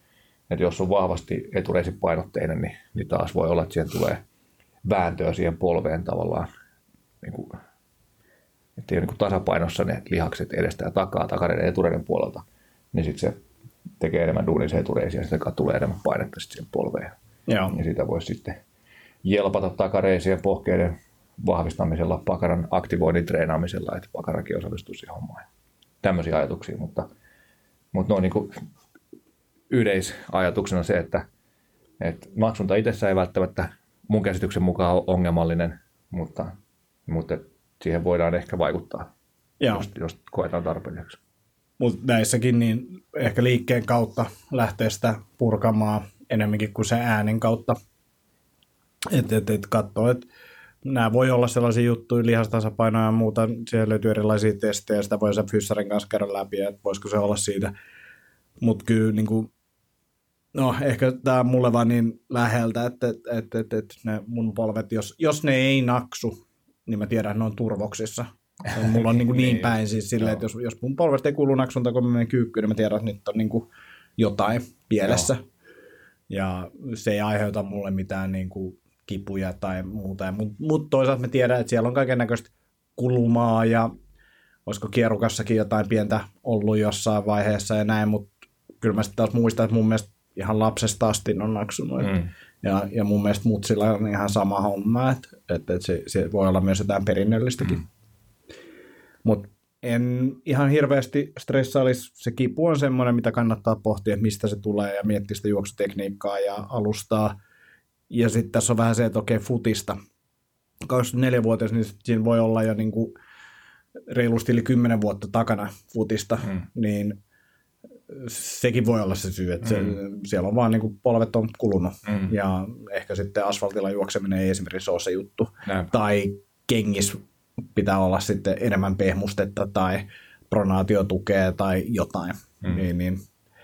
Että jos on vahvasti etureisipainotteinen, niin, niin taas voi olla, että siihen tulee vääntöä siihen polveen tavallaan, niin kuin, että ei ole niin tasapainossa ne lihakset edestä ja takaa, takareiden etureiden puolelta, niin sitten se tekee enemmän duunia se etureisiin ja sitä tulee enemmän painetta sitten siihen polveen. Joo. Ja sitä voisi sitten jelpata takareisien pohkeiden vahvistamisella, pakaran aktivoinnin treenaamisella, että pakarakin osallistuu siihen hommaan. Tämmöisiä ajatuksia, mutta, mutta ne on niin kuin yleisajatuksena se, että, että maksunta itsessään ei välttämättä mun käsityksen mukaan ole ongelmallinen, mutta, mutta siihen voidaan ehkä vaikuttaa, jos, jos koetaan tarpeelliseksi. Mutta näissäkin niin ehkä liikkeen kautta lähtee sitä purkamaan enemmänkin kuin se äänen kautta. Että et, et katsoo, että nämä voi olla sellaisia juttuja, lihastasapainoja ja muuta, siellä löytyy erilaisia testejä, sitä voi sen fyssarin kanssa käydä läpi, että voisiko se olla siitä. Mutta kyllä niin kuin, no ehkä tämä on mulle vaan niin läheltä, että, että, että, että, että ne mun polvet, jos, jos ne ei naksu, niin mä tiedän, että ne on turvoksissa. Mulla on niin, kuin niin päin siis silleen, että jos, jos mun polvesta ei kuulu naksunta, kun mä menen kyykkyyn, niin mä tiedän, että nyt on niin kuin jotain pielessä. Joo. Ja se ei aiheuta mulle mitään niin kuin kipuja tai muuta. Mutta mut toisaalta mä tiedän, että siellä on kaiken näköistä kulumaa ja olisiko kierukassakin jotain pientä ollut jossain vaiheessa ja näin, mutta kyllä mä sitten taas muistan, että mun mielestä ihan lapsesta asti on naksunut. Mm. Ja, ja mun mielestä mutsilla on ihan sama homma, että, että, että se, se voi olla myös jotain perinnöllistäkin. Mm. Mutta en ihan hirveästi stressailisi. Se kipu on semmoinen, mitä kannattaa pohtia, että mistä se tulee ja miettiä sitä juoksutekniikkaa ja alustaa. Ja sitten tässä on vähän se, että okei, futista. kaksikymmentäneljävuotias, niin siinä voi olla jo niinku reilusti yli kymmenen vuotta takana futista, mm. niin sekin voi olla se syy, että se, mm. siellä on vaan niinku polvet on kulunut. Mm. Ja ehkä sitten asfaltilla juokseminen ei esimerkiksi ole se juttu. Näin. Tai kengis pitää olla sitten enemmän pehmustetta tai pronaatiotukea tai jotain. Mm. Niin, niin.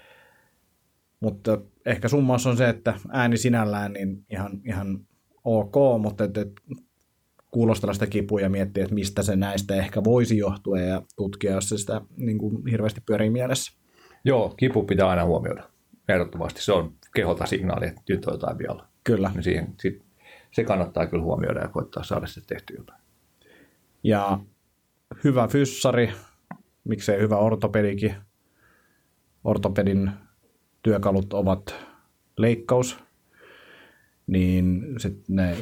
Mutta ehkä summaus on se, että ääni sinällään niin ihan, ihan ok, mutta et, et kuulostella sitä kipua ja miettiä, että mistä se näistä ehkä voisi johtua ja tutkia, jos se sitä niin kuin hirveästi pyörii mielessä. Joo, kipu pitää aina huomioida. Ehdottomasti se on keholta signaali, että nyt on jotain vielä. Kyllä. Niin siihen, sit, se kannattaa kyllä huomioida ja koittaa saada se tehty jotain. Ja hyvä fyssari, miksei hyvä ortopedikin. Ortopedin työkalut ovat leikkaus, niin sitten ne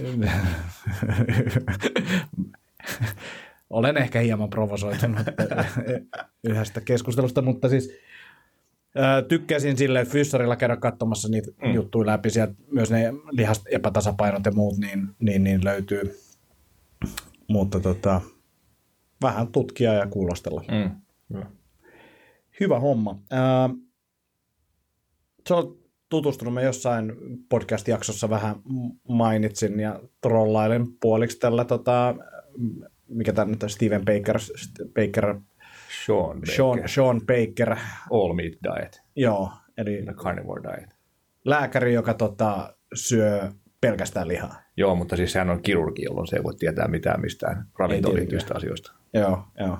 olen ehkä hieman provosoitunut yhdestä keskustelusta, mutta siis ää, tykkäsin silleen, että fyssarilla käydä katsomassa niitä mm. juttuja läpi, sieltä myös ne lihast epätasapainot ja muut niin, niin, niin löytyy, mutta tota, vähän tutkia ja kuulostella. Mm. Hyvä. Hyvä homma. Ää, sä oot tutustunut, mä jossain podcast-jaksossa vähän mainitsin ja trollailen puoliksi tällä, tota, mikä tämä nyt on, Steven Baker, Baker, Sean Baker. Sean, Sean Baker. All meat diet. Joo, eli The carnivore diet. Lääkäri, joka tota, syö pelkästään lihaa. Joo, mutta siis sehän on kirurgi, jolloin se ei voi tietää mitään mistään ravintoon liittyvistä asioista. Joo, joo.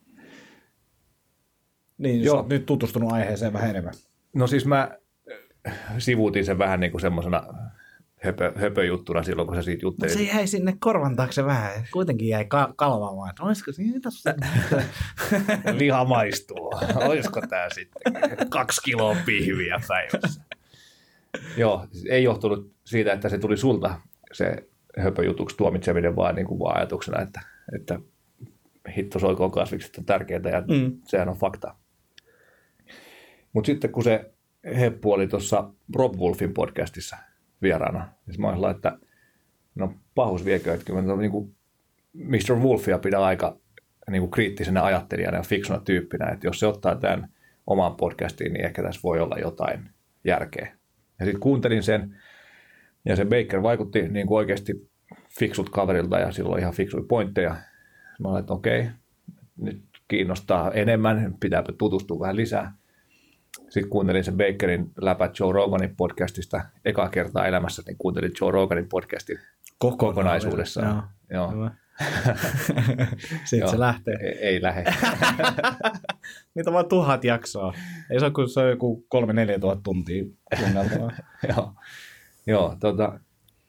Niin, joo. Sä oot nyt tutustunut aiheeseen vähän enemmän. No siis mä sivuutin sen vähän niin kuin semmoisena höpö, höpöjuttuna silloin, kun sä siitä juttelit. Se jäi sinne korvan taakse vähän. Kuitenkin jäi ka- kalvaamaan, että olisiko siinä tässä? Liha maistuu. Olisiko tää sitten kaksi kiloa pihviä päivässä? Joo, ei johtunut siitä, että se tuli sulta se höpöjutuksi tuomitseminen, vaan, niin kuin vaan ajatuksena, että, että hitto soikoon kasvikset on tärkeää ja mm. sehän on fakta. Mutta sitten kun se heppu oli tuossa Rob Wolfin podcastissa vieraana, niin mä olin että no pahus viekö, että kyllä niin kuin mister Wolfia pidän aika niin kuin kriittisenä ajattelijana ja fiksuna tyyppinä, että jos se ottaa tämän omaan podcastiin, niin ehkä tässä voi olla jotain järkeä. Ja sitten kuuntelin sen, ja se Baker vaikutti niin kuin oikeasti fiksut kaverilta, ja sillä oli ihan fiksuja pointteja. Mä olin, että okei, nyt kiinnostaa enemmän, pitääpä tutustua vähän lisää. Sitten kuuntelin sen Bakerin läpät Joe Roganin podcastista. Ekaa kertaa elämässä niin kuuntelin Joe Roganin podcastin Koko kokonaisuudessaan. Joo. Joo. Sitten se lähtee. Ei, ei lähde. Niitä on vaan tuhat jaksoa. Ei se ole, kun se on joku kolme neljä tuhat tuntia kuunneltavaa. Joo, joo tota.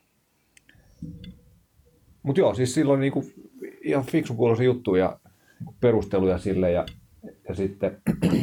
Mutta joo, siis silloin niinku ihan fiksun kuuloisia juttuja ja perusteluja sille ja, ja sitten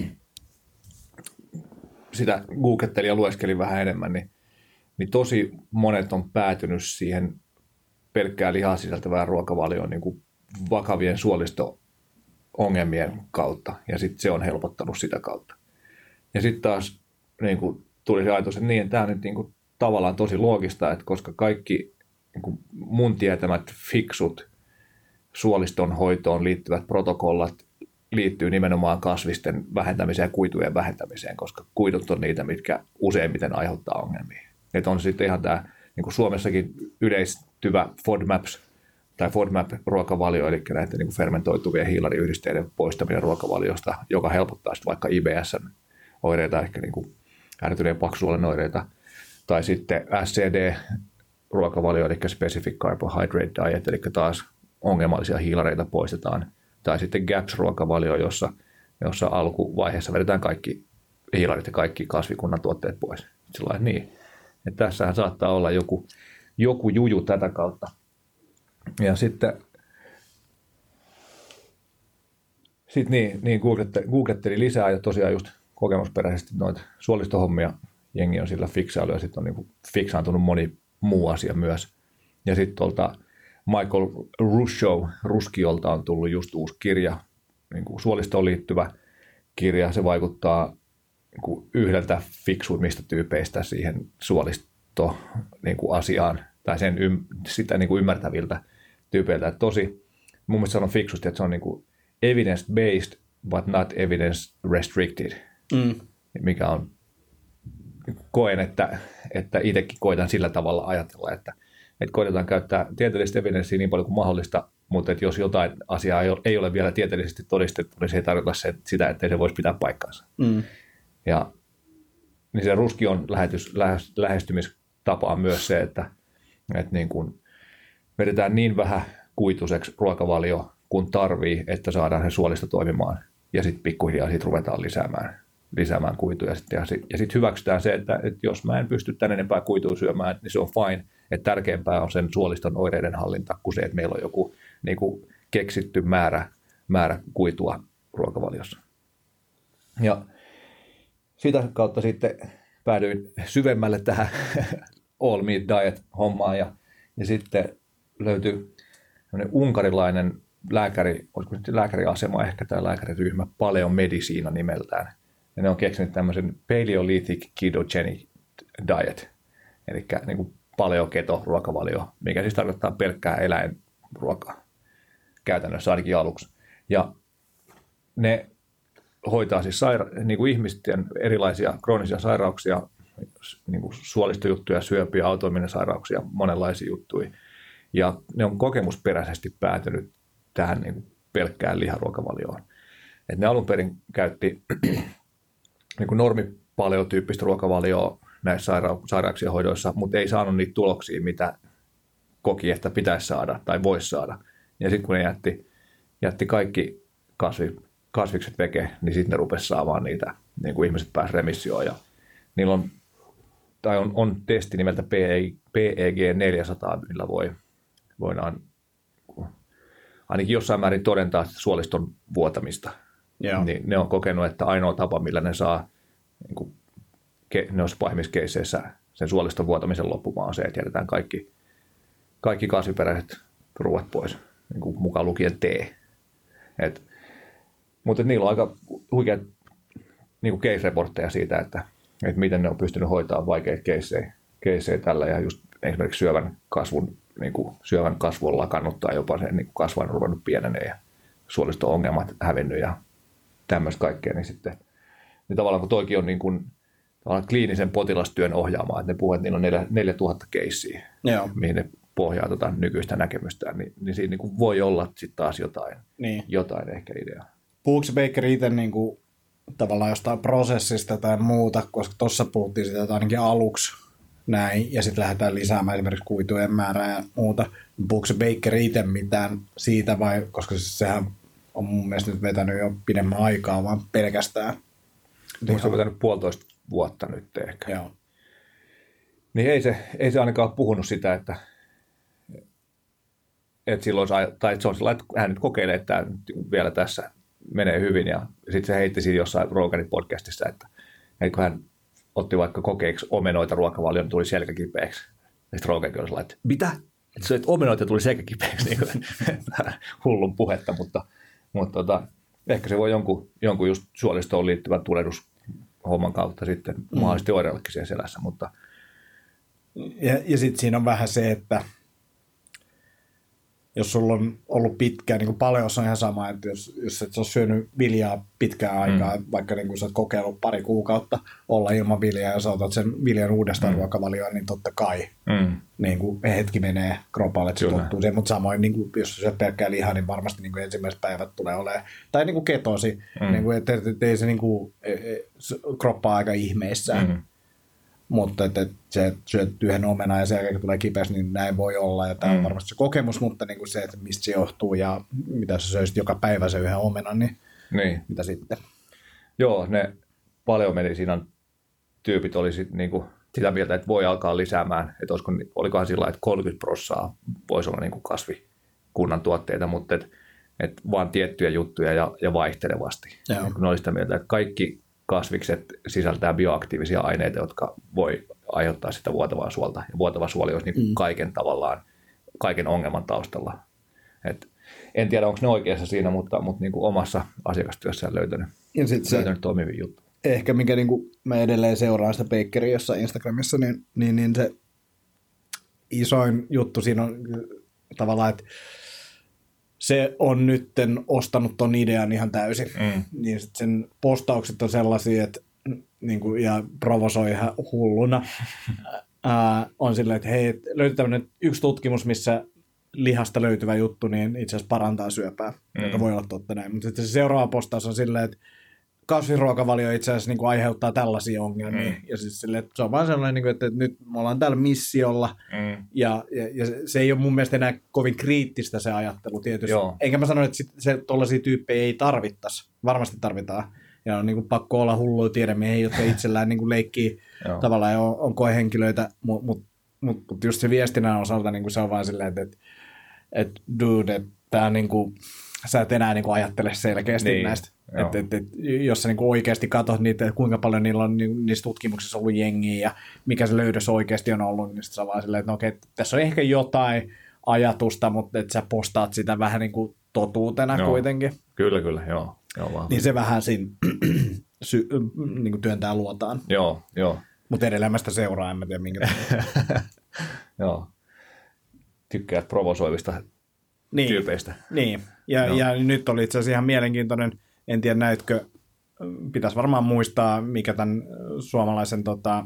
sitä googlettelin ja lueskelin vähän enemmän, niin, niin tosi monet on päätynyt siihen pelkkää lihaa sisältävään ruokavalioon niin kuin vakavien suolisto-ongelmien kautta, ja sitten se on helpottanut sitä kautta. Ja sitten taas niin kuin tuli se ajatus, että niin, tämä on nyt niin kuin tavallaan tosi loogista, että koska kaikki niin kuin mun tietämät fiksut suoliston hoitoon liittyvät protokollat liittyy nimenomaan kasvisten vähentämiseen ja kuitujen vähentämiseen, koska kuidut on niitä, mitkä useimmiten aiheuttaa ongelmia. Että on sitten ihan tämä niin kuin Suomessakin yleistyvä FODMAPs tai FODMAP-ruokavalio, eli näiden niin kuin fermentoituvien hiilariyhdisteiden poistaminen ruokavaliosta, joka helpottaa sitten vaikka I B S-oireita, ehkä niin kuin ääretyneen paksuolen oireita, tai sitten S C D-ruokavalio, eli Specific Carbohydrate Diet, eli taas ongelmallisia hiilareita poistetaan, tai sitten G A P S-ruokavalio, jossa, jossa alkuvaiheessa vedetään kaikki hiilarit ja kaikki kasvikunnan tuotteet pois. Sillain, niin. Että tässähän saattaa olla joku, joku juju tätä kautta. Ja sitten sit niin, niin googlettelin, googlettelin lisää ja tosiaan just kokemusperäisesti noita suolistohommia jengi on sillä fiksailu ja sitten on niin fiksaantunut moni muu asia myös. Ja sitten tuolta Michael Ruscio, Ruskiolta on tullut just uusi kirja, niin kuin suolistoon liittyvä kirja. Se vaikuttaa niin kuin yhdeltä fiksuimmista tyypeistä siihen suolisto niin kuin asiaan tai sen ym, sitä niin kuin ymmärtäviltä tyypeiltä. Että tosi, mun mielestä se on fiksusti, että se on niin kuin evidence-based but not evidence-restricted, mm. mikä on, koen, että, että itsekin koitan sillä tavalla ajatella, että että koitetaan käyttää tieteellistä evidenssiä niin paljon kuin mahdollista, mutta että jos jotain asiaa ei ole vielä tieteellisesti todistettu, niin se ei tarkoita sitä, että se voisi pitää paikkaansa. Mm. Ja niin se Ruskion lähetys, lähestymistapa on myös se, että, että niin kuin vedetään niin vähän kuituiseksi ruokavalio kuin tarvii, että saadaan se suolisto toimimaan. Ja sitten pikkuhiljaa siitä ruvetaan lisäämään, lisäämään kuituja. Ja sitten sit hyväksytään se, että, että jos mä en pysty tän enempää kuitua syömään, niin se on fine. Että tärkeämpää on sen suoliston oireiden hallinta kuin se, että meillä on joku niin kuin keksitty määrä, määrä kuitua ruokavaliossa. Ja sitä kautta sitten päädyin syvemmälle tähän all meat diet-hommaan ja, ja sitten löytyi unkarilainen lääkäri, olisiko sitten lääkäriasema ehkä tai lääkäriryhmä, Paleo Medicina nimeltään. Ja ne on keksinyt tämmöisen Paleolithic Ketogenic Diet, eli niin kuin paleoketo-ruokavalio, mikä siis tarkoittaa pelkkää eläinruokaa käytännössä ainakin aluksi. Ja ne hoitaa siis saira- niin kuin ihmisten erilaisia kroonisia sairauksia, niin kuin suolistojuttuja, syöpiä, autoimmuunisairauksia, monenlaisia juttuja. Ja ne on kokemusperäisesti päätynyt tähän niin kuin pelkkään liharuokavalioon. Et ne alun perin käytti niin kuin normipaleotyyppistä ruokavalioa näissä saira- sairauksien hoidoissa, mutta ei saanut niitä tuloksia, mitä koki, että pitäisi saada tai voisi saada. Ja sitten kun ne jätti, jätti kaikki kasvi, kasvikset veke, niin sitten ne rupesi saamaan niitä, niin kuin ihmiset pääsivät remissioon. Ja niillä on, tai on, on testi nimeltä P E G neljäsataa, millä voi, voidaan ainakin jossain määrin todentaa suoliston vuotamista. Yeah. Niin ne on kokenut, että ainoa tapa, millä ne saa niin kuin, noissa pahimmissa keisseissä sen suoliston vuotamisen loppumaan on se, että jätetään kaikki, kaikki kasviperäiset ruuat pois, niin kuin mukaan lukien tee. Et, mutta niillä on aika huikeat niin case-reportteja siitä, että, että miten ne on pystynyt hoitamaan vaikeita keissejä, keissejä tällä ja just esimerkiksi syövän kasvun, niin kuin syövän kasvu on lakannut tai jopa se niin kasvu on ruvennut pienenee ja suolisto-ongelmat hävinnyt ja tämmöistä kaikkea, niin sitten niin tavallaan kun toikin on niin kuin kliinisen potilastyön ohjaamaan, että ne puhuu, että niillä on neljätuhatta keissiä, Joo. mihin ne pohjaa tota nykyistä näkemystään, niin, niin siinä niin kuin voi olla sitten taas jotain, niin. jotain ehkä ideaa. Puhuuko Baker itse niin kuin, tavallaan jostain prosessista tai muuta, koska tuossa puhuttiin sitä, että ainakin aluksi näin, ja sitten lähdetään lisäämään esimerkiksi kuitujen määrää ja muuta. Puhuuko se Baker itse mitään siitä vai, koska sehän on mun mielestä nyt vetänyt jo pidemmän aikaa, vaan pelkästään. Mun se on vetänyt puolitoista vuotta nyt ehkä. Joo. Niin ei se, ei se ainakaan puhunut sitä, että, että silloin, tai että se on sillä, että hän nyt kokeilee, että tämä vielä tässä menee hyvin, ja sitten se heitti siinä jossain Roganin podcastissa, että, että kun hän otti vaikka kokeeksi omenoita ruokavalion, niin tuli selkäkipeäksi. Ja sitten Rogankin oli sellainen, että mitä? Että söit omenoita ja tuli selkäkipeäksi, niin kuin, hullun puhetta, mutta, mutta tota, ehkä se voi jonkun, jonkun just suolistoon liittyvän tulehdushomman kautta sitten mm. mahdollisesti oireillekin siellä selässä, mutta Ja, ja sitten siinä on vähän se, että jos sulla on ollut pitkään, niin kuin paljon on ihan sama, että jos, jos et ole syönyt viljaa pitkään aikaa, mm. vaikka niin kuin sä oot kokeillut pari kuukautta olla ilman viljaa ja sä otat sen viljan uudestaan mm. ruokavalioon, niin totta kai mm. niin kuin hetki menee kropalle, että se tottuu siihen, mutta samoin niin kuin, jos sä pelkkää lihaa, niin varmasti niin kuin ensimmäiset päivät tulee olemaan, tai niin kuin ketosi, mm. niin kuin, että et, et, ei se, niin kuin, kroppa aika ihmeissään. Mm. Mutta että et se syöt yhden omenaa ja sen jälkeen tulee kipeäksi, niin näin voi olla. Ja tämä on mm. varmasti se kokemus, mutta niin kuin se, että mistä se johtuu ja mitä sä söisit joka päivä se yhden omenan, niin, niin. mitä sitten? Joo, ne paleomedisiinan tyypit oli sit niinku sitä mieltä, että voi alkaa lisäämään. Että olisiko, olikohan sillä että kolmekymmentä prosenttia voisi olla niinku kasvikunnan tuotteita, mutta et, et vaan tiettyjä juttuja ja, ja vaihtelevasti. Ne oli sitä mieltä, että kaikki kasvikset sisältää bioaktiivisia aineita, jotka voi aiheuttaa sitä vuotavaa suolta. Ja vuotava suoli olisi niin kuin mm. kaiken tavallaan, kaiken ongelman taustalla. Et en tiedä, onko ne oikeassa siinä, mutta, mutta niin kuin omassa asiakastyössään löytänyt, ja sit se, löytänyt toimivia juttuja. Ehkä mikä niin kuin mä edelleen seuraan sitä Bakeria jossain Instagramissa, niin, niin, niin se isoin juttu siinä on tavallaan, että se on nytten ostanut ton idean ihan täysin. Mm. Niin sit sen postaukset on sellaisia, että niin kuin, ja provosoi ihan hulluna. Ää, on silleen, että hei, löytyy tämmöinen yksi tutkimus, missä lihasta löytyvä juttu, niin itse asiassa parantaa syöpää, mm. joka voi olla totta näin. Mutta sitten se seuraava postaus on silleen, että kasvisruokavalio itse asiassa niin kuin aiheuttaa tällaisia ongelmia. Mm. Ja siis silleen, että se on vaan sellainen, niin kuin, että nyt me ollaan täällä missiolla, mm. ja, ja, ja se ei ole mun mielestä enää kovin kriittistä se ajattelu tietysti. Joo. Enkä mä sano, että sit se tollaisia tyyppejä ei tarvittaisi. Varmasti tarvitaan. Ja on niin kuin pakko olla hulluja tiedemiehiä, jotka itsellään niin kuin leikkii tavallaan ja on, on koehenkilöitä, mutta mut, mut, mut just se viestinnän osalta niin kuin se on vaan silleen, että et, et, dude, että tää niin kuin, sä et enää niin kuin ajattele selkeästi niin, näistä. Et, et, et, jos sä niin kuin oikeasti katsot niitä, että kuinka paljon niillä on niin, niissä tutkimuksissa ollut jengiä ja mikä se löydös oikeasti on ollut, niin sä vaan silleen, että no okei, tässä on ehkä jotain ajatusta, mutta että sä postaat sitä vähän niin kuin totuutena joo. kuitenkin. Kyllä, kyllä, joo. joo niin se vähän siinä sy- niin kuin työntää luotaan. Joo, joo. Mutta edelleen mä sitä seuraa, en mä tiedä minkä joo. Tykkäät provosoivista niin, tyypeistä. Niin, ja, ja nyt oli itse asiassa ihan mielenkiintoinen, en tiedä näytkö, pitäisi varmaan muistaa, mikä tämän suomalaisen tota,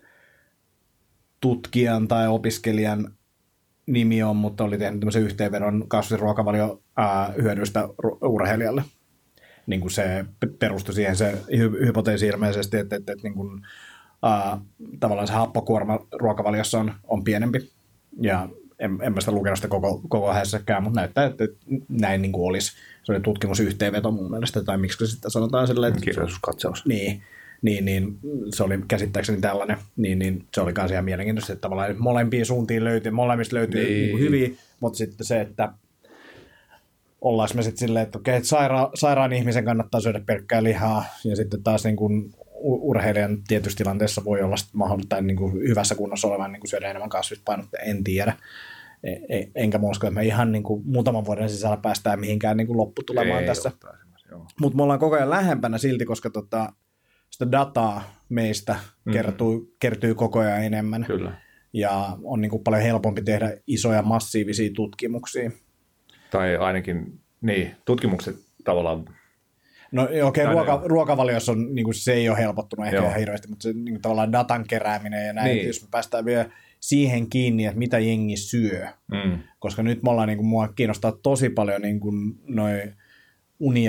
tutkijan tai opiskelijan nimi on, mutta oli tehnyt tämmöisen yhteenvedon kasvisruokavalio ää, hyödyistä urheilijalle. Niin kuin se perustui siihen se hy- hypoteesi ilmeisesti, että, että, että niin kuin, ää, tavallaan se happokuorma ruokavaliossa on, on pienempi. Ja en, en mä sitä lukenut sitä koko, koko hässäkään, mutta näyttää, että näin niin kuin olisi. Se oli tutkimusyhteenveto mun mielestä, tai miksi sitten sanotaan silleen. Että kirjallisuuskatsaus. Niin, niin, niin, se oli käsittääkseni tällainen, niin, niin se oli myös ihan mielenkiintoista, että tavallaan molempiin suuntiin löytyy, molemmista löytyy niin. Niin kuin hyviä, mutta sitten se, että ollaan me sitten silleen, että okei, että saira- sairaan ihmisen kannattaa syödä pelkkää lihaa, ja sitten taas niin kuin urheilijan tietyssä tilanteessa voi olla mahdollista, tai niin kuin hyvässä kunnossa olevan niin kuin syödä enemmän kasvispainotteja, en tiedä. E- enkä mä usko, että me ihan niin kuin muutaman vuoden sisällä päästään mihinkään niin kuin lopputulemaan ei tässä. Mutta me ollaan koko ajan lähempänä silti, koska tota, sitä dataa meistä mm-hmm. kertyy, kertyy koko ajan enemmän. Kyllä. Ja on niin kuin paljon helpompi tehdä isoja massiivisia tutkimuksia. Tai ainakin, niin, tutkimukset tavallaan. No okei, okay, ruoka, ruokavaliossa on, niin kuin se ei ole helpottunut ehkä ihan hirveästi, mutta se niin kuin tavallaan datan kerääminen ja näin, niin. Jos me päästään vielä siihen kiinni, että mitä jengi syö. Mm. Koska nyt me ollaan, niin kuin, mua kiinnostaa tosi paljon niin kuin noi uni- ja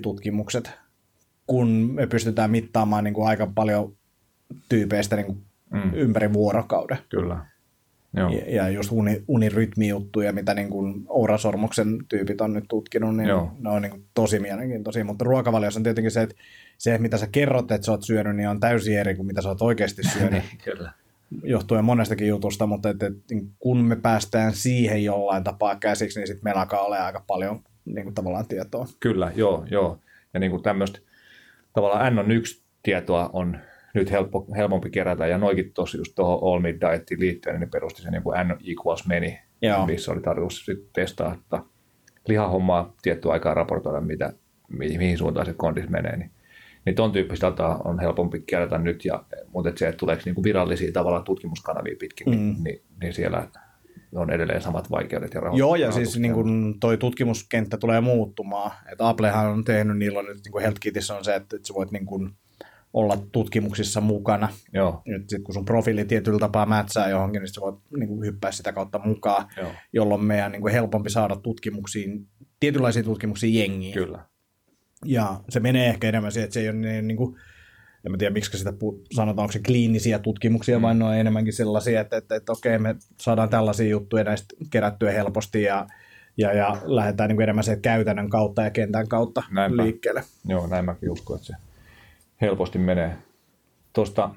stressitutkimukset, kun me pystytään mittaamaan niin kuin aika paljon tyypeistä niin kuin mm. ympäri vuorokauden. Kyllä. Joo. Ja, ja just uni, unirytmijuttuja, mitä niin kuin Oura Sormuksen tyypit on nyt tutkinut, niin Joo. ne on niin kuin tosi mielenkiintoisia. Mutta ruokavaliossa on tietenkin se, että se, mitä sä kerrot, että sä oot syönyt, niin on täysin eri kuin mitä sä oot oikeasti syönyt. Kyllä. Johtuen monestakin jutusta, mutta et, et, kun me päästään siihen jollain tapaa käsiksi, niin sitten meillä alkaa olla aika paljon niin kuin tavallaan tietoa. Kyllä, joo, joo. Ja niin kuin tämmöistä tavallaan N yksi tietoa on nyt helppo, helpompi kerätä, ja noikin tosi just tuohon All Meat Dietiin liittyen, niin ne perusti sen niin kuin N equals many, joo. missä oli tarkoitus sitten testaa, että lihahommaa tiettyä aikaa raportoida, mitä, mihin suuntaan se kondis menee, niin Niin ton tyyppistä dataa on helpompi kerätä nyt, ja, mutta et se, että tuleeko niinku virallisia tavallaan tutkimuskanavia pitkin, mm. niin, niin, niin siellä on edelleen samat vaikeudet. Ja raho- Joo, ja siis niin kun toi tutkimuskenttä tulee muuttumaan. Et Applehan on tehnyt, niillä on nyt niin HealthKitissä on se, että, että sä voit niin kun olla tutkimuksissa mukana. Sitten kun sun profiili tietyllä tapaa mätsää johonkin, niin sä voit niin kun hyppää sitä kautta mukaan, Joo. jolloin meidän niin kun helpompi saada tutkimuksiin, tietynlaisia tutkimuksia jengiin. Kyllä. Ja se menee ehkä enemmän siihen, että se ei ole niin, niin kuin, en mä tiedä miksi sitä sanotaan, onko se kliinisiä tutkimuksia, mm. vai ne on enemmänkin sellaisia, että, että, että okei, me saadaan tällaisia juttuja näistä kerättyä helposti ja, ja, ja lähdetään niin kuin enemmän se käytännön kautta ja kentän kautta Näinpä. liikkeelle. Joo, näin mäkin uskon, että se helposti menee. Tuosta,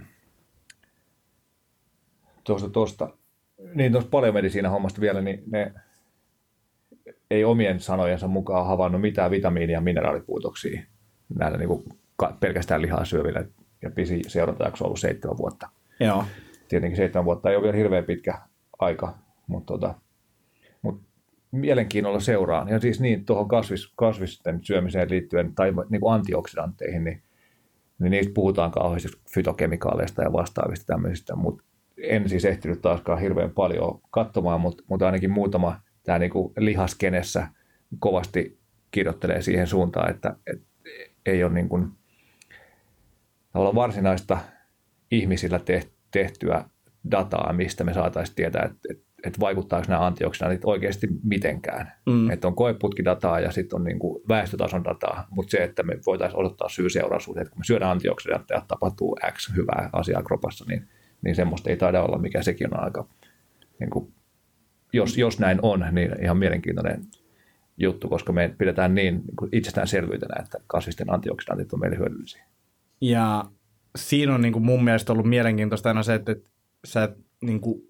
tuosta, tuosta, niin tuosta paljomedisiina hommasta vielä, niin ne ei omien sanojensa mukaan havainnut mitään vitamiini- ja mineraalipuutoksia näillä niin kuin pelkästään lihaa syövillä, ja pisi seurantajakso on ollut seitsemän vuotta. Joo. Tietenkin seitsemän vuotta ei ole vielä hirveän pitkä aika, mutta, tota, mutta mielenkiinnolla seuraan. Ja siis niin, tuohon kasvis, kasvisten syömiseen liittyen tai niin kuin antioksidantteihin, niin, niin niistä puhutaan kauheasti fytokemikaaleista ja vastaavista tämmöisistä, mutta en siis ehtinyt taaskaan hirveän paljon katsomaan, mutta, mutta ainakin muutama tämä niin kuin lihaskenessä kovasti kirjoittelee siihen suuntaan, että, että ei ole niin kuin tavallaan varsinaista ihmisillä tehtyä dataa, mistä me saataisiin tietää, että, että, että vaikuttaako nämä antioksidantit oikeasti mitenkään. Mm. Että on koeputkidataa ja sitten on niin kuin väestötason dataa, mutta se, että me voitaisiin odottaa syy-seuraisuuden, että kun me syödään antioksidantteja, tapahtuu X hyvää asiaa kropassa, niin, niin semmoista ei taida olla, mikä sekin on aika niin kuin Jos, jos näin on, niin ihan mielenkiintoinen juttu, koska me pidetään niin itsestäänselvyytenä, että kasvisten antioksidantit on meille hyödyllisiä. Ja siinä on niin kuin mun mielestä ollut mielenkiintoista aina se, että, että sä niin kuin,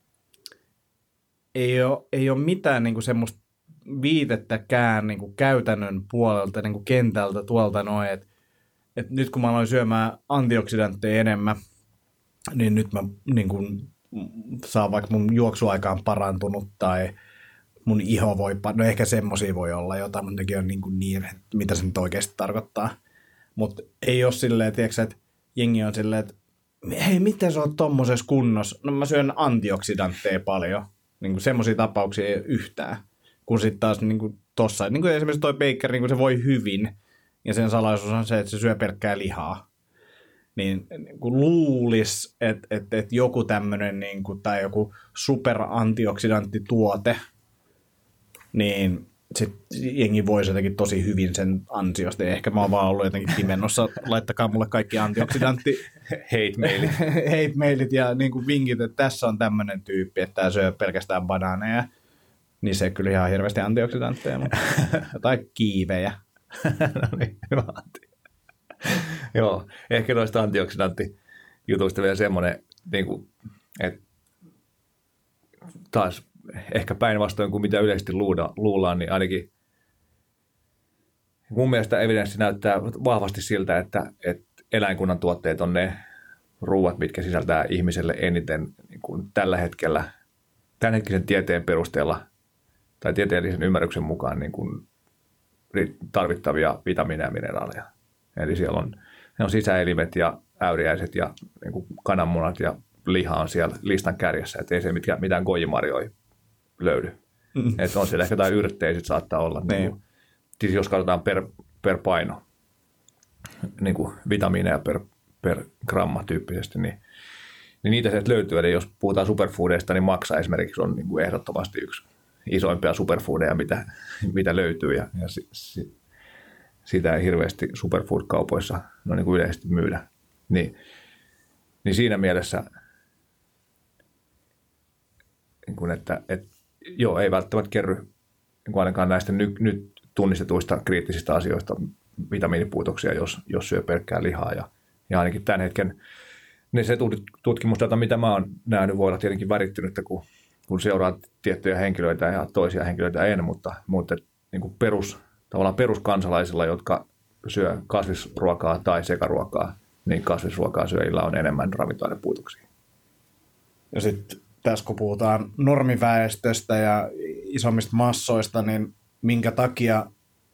ei, ole, ei ole mitään niin kuin semmoista viitettäkään niin kuin käytännön puolelta, niin kuin kentältä tuolta noin, että, että nyt kun mä aloin syömään antioksidantteja enemmän, niin nyt mä niin kuin saa vaikka mun juoksuaika on parantunut tai mun iho voi, no ehkä semmosia voi olla jotain, mutta nekin on niin, kuin niin mitä se nyt oikeasti tarkoittaa. Mutta ei ole silleen, tiedätkö, että jengi on silleen, että hei, miten sä oot tommosessa kunnossa? No mä syön antioksidantteja paljon. Niin kuin semmosia tapauksia ei yhtään. Kun sitten taas niin kuin tossa, niin kuin esimerkiksi toi Baker, niin kuin se voi hyvin, ja sen salaisuus on se, että se syö pelkkää lihaa. Niin, niin kuin luulisi, että, että, että joku tämmöinen niin kuin, tai joku superantioksidanttituote, niin sitten jengi voisi jotenkin tosi hyvin sen ansiosta. Ja ehkä mä oon vaan ollut jotenkin pimennossa, laittakaa mulle kaikki antioksidantti hate-mailit. hate-mailit ja niin kuin vinkit, että tässä on tämmöinen tyyppi, että tämä syö pelkästään banaaneja. Niin se kyllä ihan hirveästi antioksidantteja, mutta jotain kiivejä. No niin, hyvä anti. Joo, ehkä noista antioksidantti-jutuista vielä semmoinen, niin kuin, että taas ehkä päinvastoin kuin mitä yleisesti luullaan, niin ainakin mun mielestä evidenssi näyttää vahvasti siltä, että, että eläinkunnan tuotteet on ne ruuat, mitkä sisältää ihmiselle eniten niin kuin tällä hetkellä, tämänhetkisen tieteen perusteella tai tieteellisen ymmärryksen mukaan niin kuin tarvittavia vitamiineja ja mineraaleja. Eli siellä on, ne on sisäelimet ja äyriäiset ja niin kuin kananmunat ja liha on siellä listan kärjessä, ettei se mitään, mitään gojimarjoja löydy. Mm. Että on siellä ehkä jotain yrttejä sit saattaa olla. Niin kuin, siis jos katsotaan per, per paino, niin kuin vitamiineja per, per gramma tyyppisesti, niin, niin niitä sieltä löytyy. Eli jos puhutaan superfoodeista, niin maksa esimerkiksi on niin kuin ehdottomasti yksi isoimpia superfoodeja, mitä, mitä löytyy. Ja, ja si, si, sitä ei hirveästi superfood-kaupoissa no niin kuin yleisesti myydä. Niin, niin siinä mielessä niin kuin, että et, joo, ei välttämättä kerry niin kuin ainakaan näistä ny, nyt tunnistetuista kriittisistä asioista vitamiinipuutoksia, jos, jos syö pelkkää lihaa. Ja, ja ainakin tämän hetken niin se tutkimusdata, mitä mä oon nähnyt, voi olla tietenkin värittynyttä, kun, kun seuraa tiettyjä henkilöitä ja toisia henkilöitä en, mutta, mutta niin kuin perus, tavallaan peruskansalaisilla, jotka syö kasvisruokaa tai sekaruokaa, niin kasvisruokaa syöjillä on enemmän ravintoainepuutoksia. Ja sitten tässä kun puhutaan normiväestöstä ja isommista massoista, niin minkä takia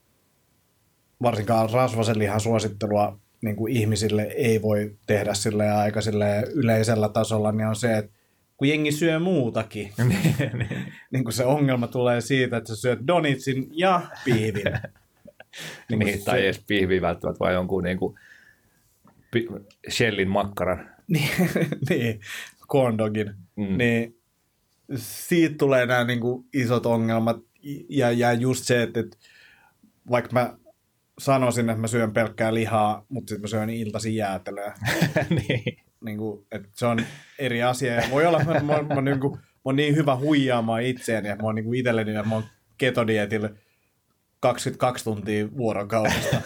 varsinkaan rasvasen lihan suosittelua niin kuin ihmisille ei voi tehdä sille aika yleisellä tasolla, niin on se, että kun jengi syö muutakin, niin kuin se ongelma tulee siitä, että sä syöt donitsin ja pihvin. niin, niin tai se... edes pihviä välttämättä, vai jonkun niin kuin pi- Shellin makkaran. niin, corn dogin. Mm. Niin siitä tulee nämä niin kuin isot ongelmat. Ja, ja just se, että, että vaikka mä sanoisin, että mä syön pelkkää lihaa, mutta sitten mä syön iltaisin jäätelöä. niin. Niin kuin, että se on eri asia. Ja voi olla, että mä, mä, mä, niin kuin, mä oon niin hyvä huijaamaan itseäni, että mä oon niin kuin itselleni, että mä oon ketodietillä kaksikymmentäkaksi tuntia vuorokaudesta.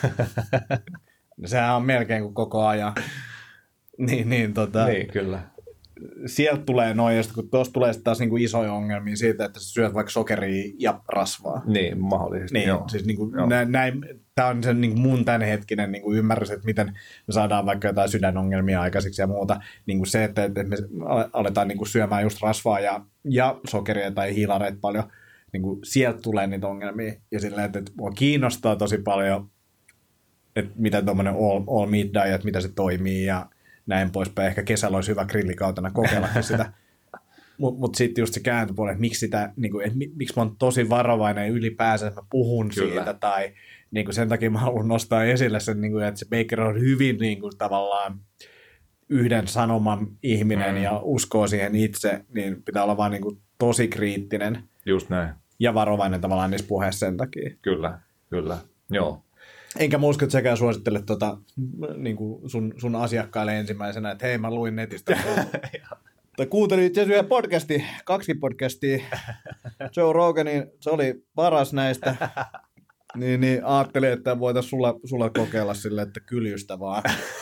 Sehän on melkein kuin koko ajan. Niin, niin, tota, niin kyllä. Sieltä tulee noin, ja kun tuossa tulee taas niinku isoja ongelmia siitä, että sä syöt vaikka sokeria ja rasvaa. Niin, mahdollisesti. Niin, joo. Siis niinku nä, näin, tämä on se niinku mun tämänhetkinen niinku ymmärrys, että miten me saadaan vaikka jotain sydänongelmia aikaiseksi ja muuta. Niinku se, että, että me aletaan niinku syömään just rasvaa ja, ja sokeria tai hiilareita paljon, niinku sieltä tulee niitä ongelmia. Ja silleen, että, että mua kiinnostaa tosi paljon, että mitä tuommoinen all, all meat diet, mitä se toimii ja näin poispäin. Ehkä kesällä olisi hyvä grillikautena kokeillakin sitä. Mutta mut sitten just se kääntöpuoli, että miksi, sitä, niinku, et miksi mä oon tosi varovainen ylipäänsä, että mä puhun Kyllä. siitä. Tai niinku, sen takia mä haluan nostaa esille sen, niinku, että se Baker on hyvin niinku, tavallaan yhden sanoman ihminen mm. ja uskoo siihen itse, niin pitää olla vaan niinku, tosi kriittinen. Just näin. Ja varovainen tavallaan niissä puheissa sen takia. Kyllä, kyllä. Joo. Enkä mä usko, että säkään suosittele tota, niin kuin sun, sun asiakkaille ensimmäisenä, että hei, mä luin netistä. tai kuuntelin itse asiassa yhden podcastin, kaksi podcastia, Joe Roganin, se oli paras näistä. niin, niin ajattelin, että voitaisiin sulla, sulla kokeilla sille, että kyljystä vaan.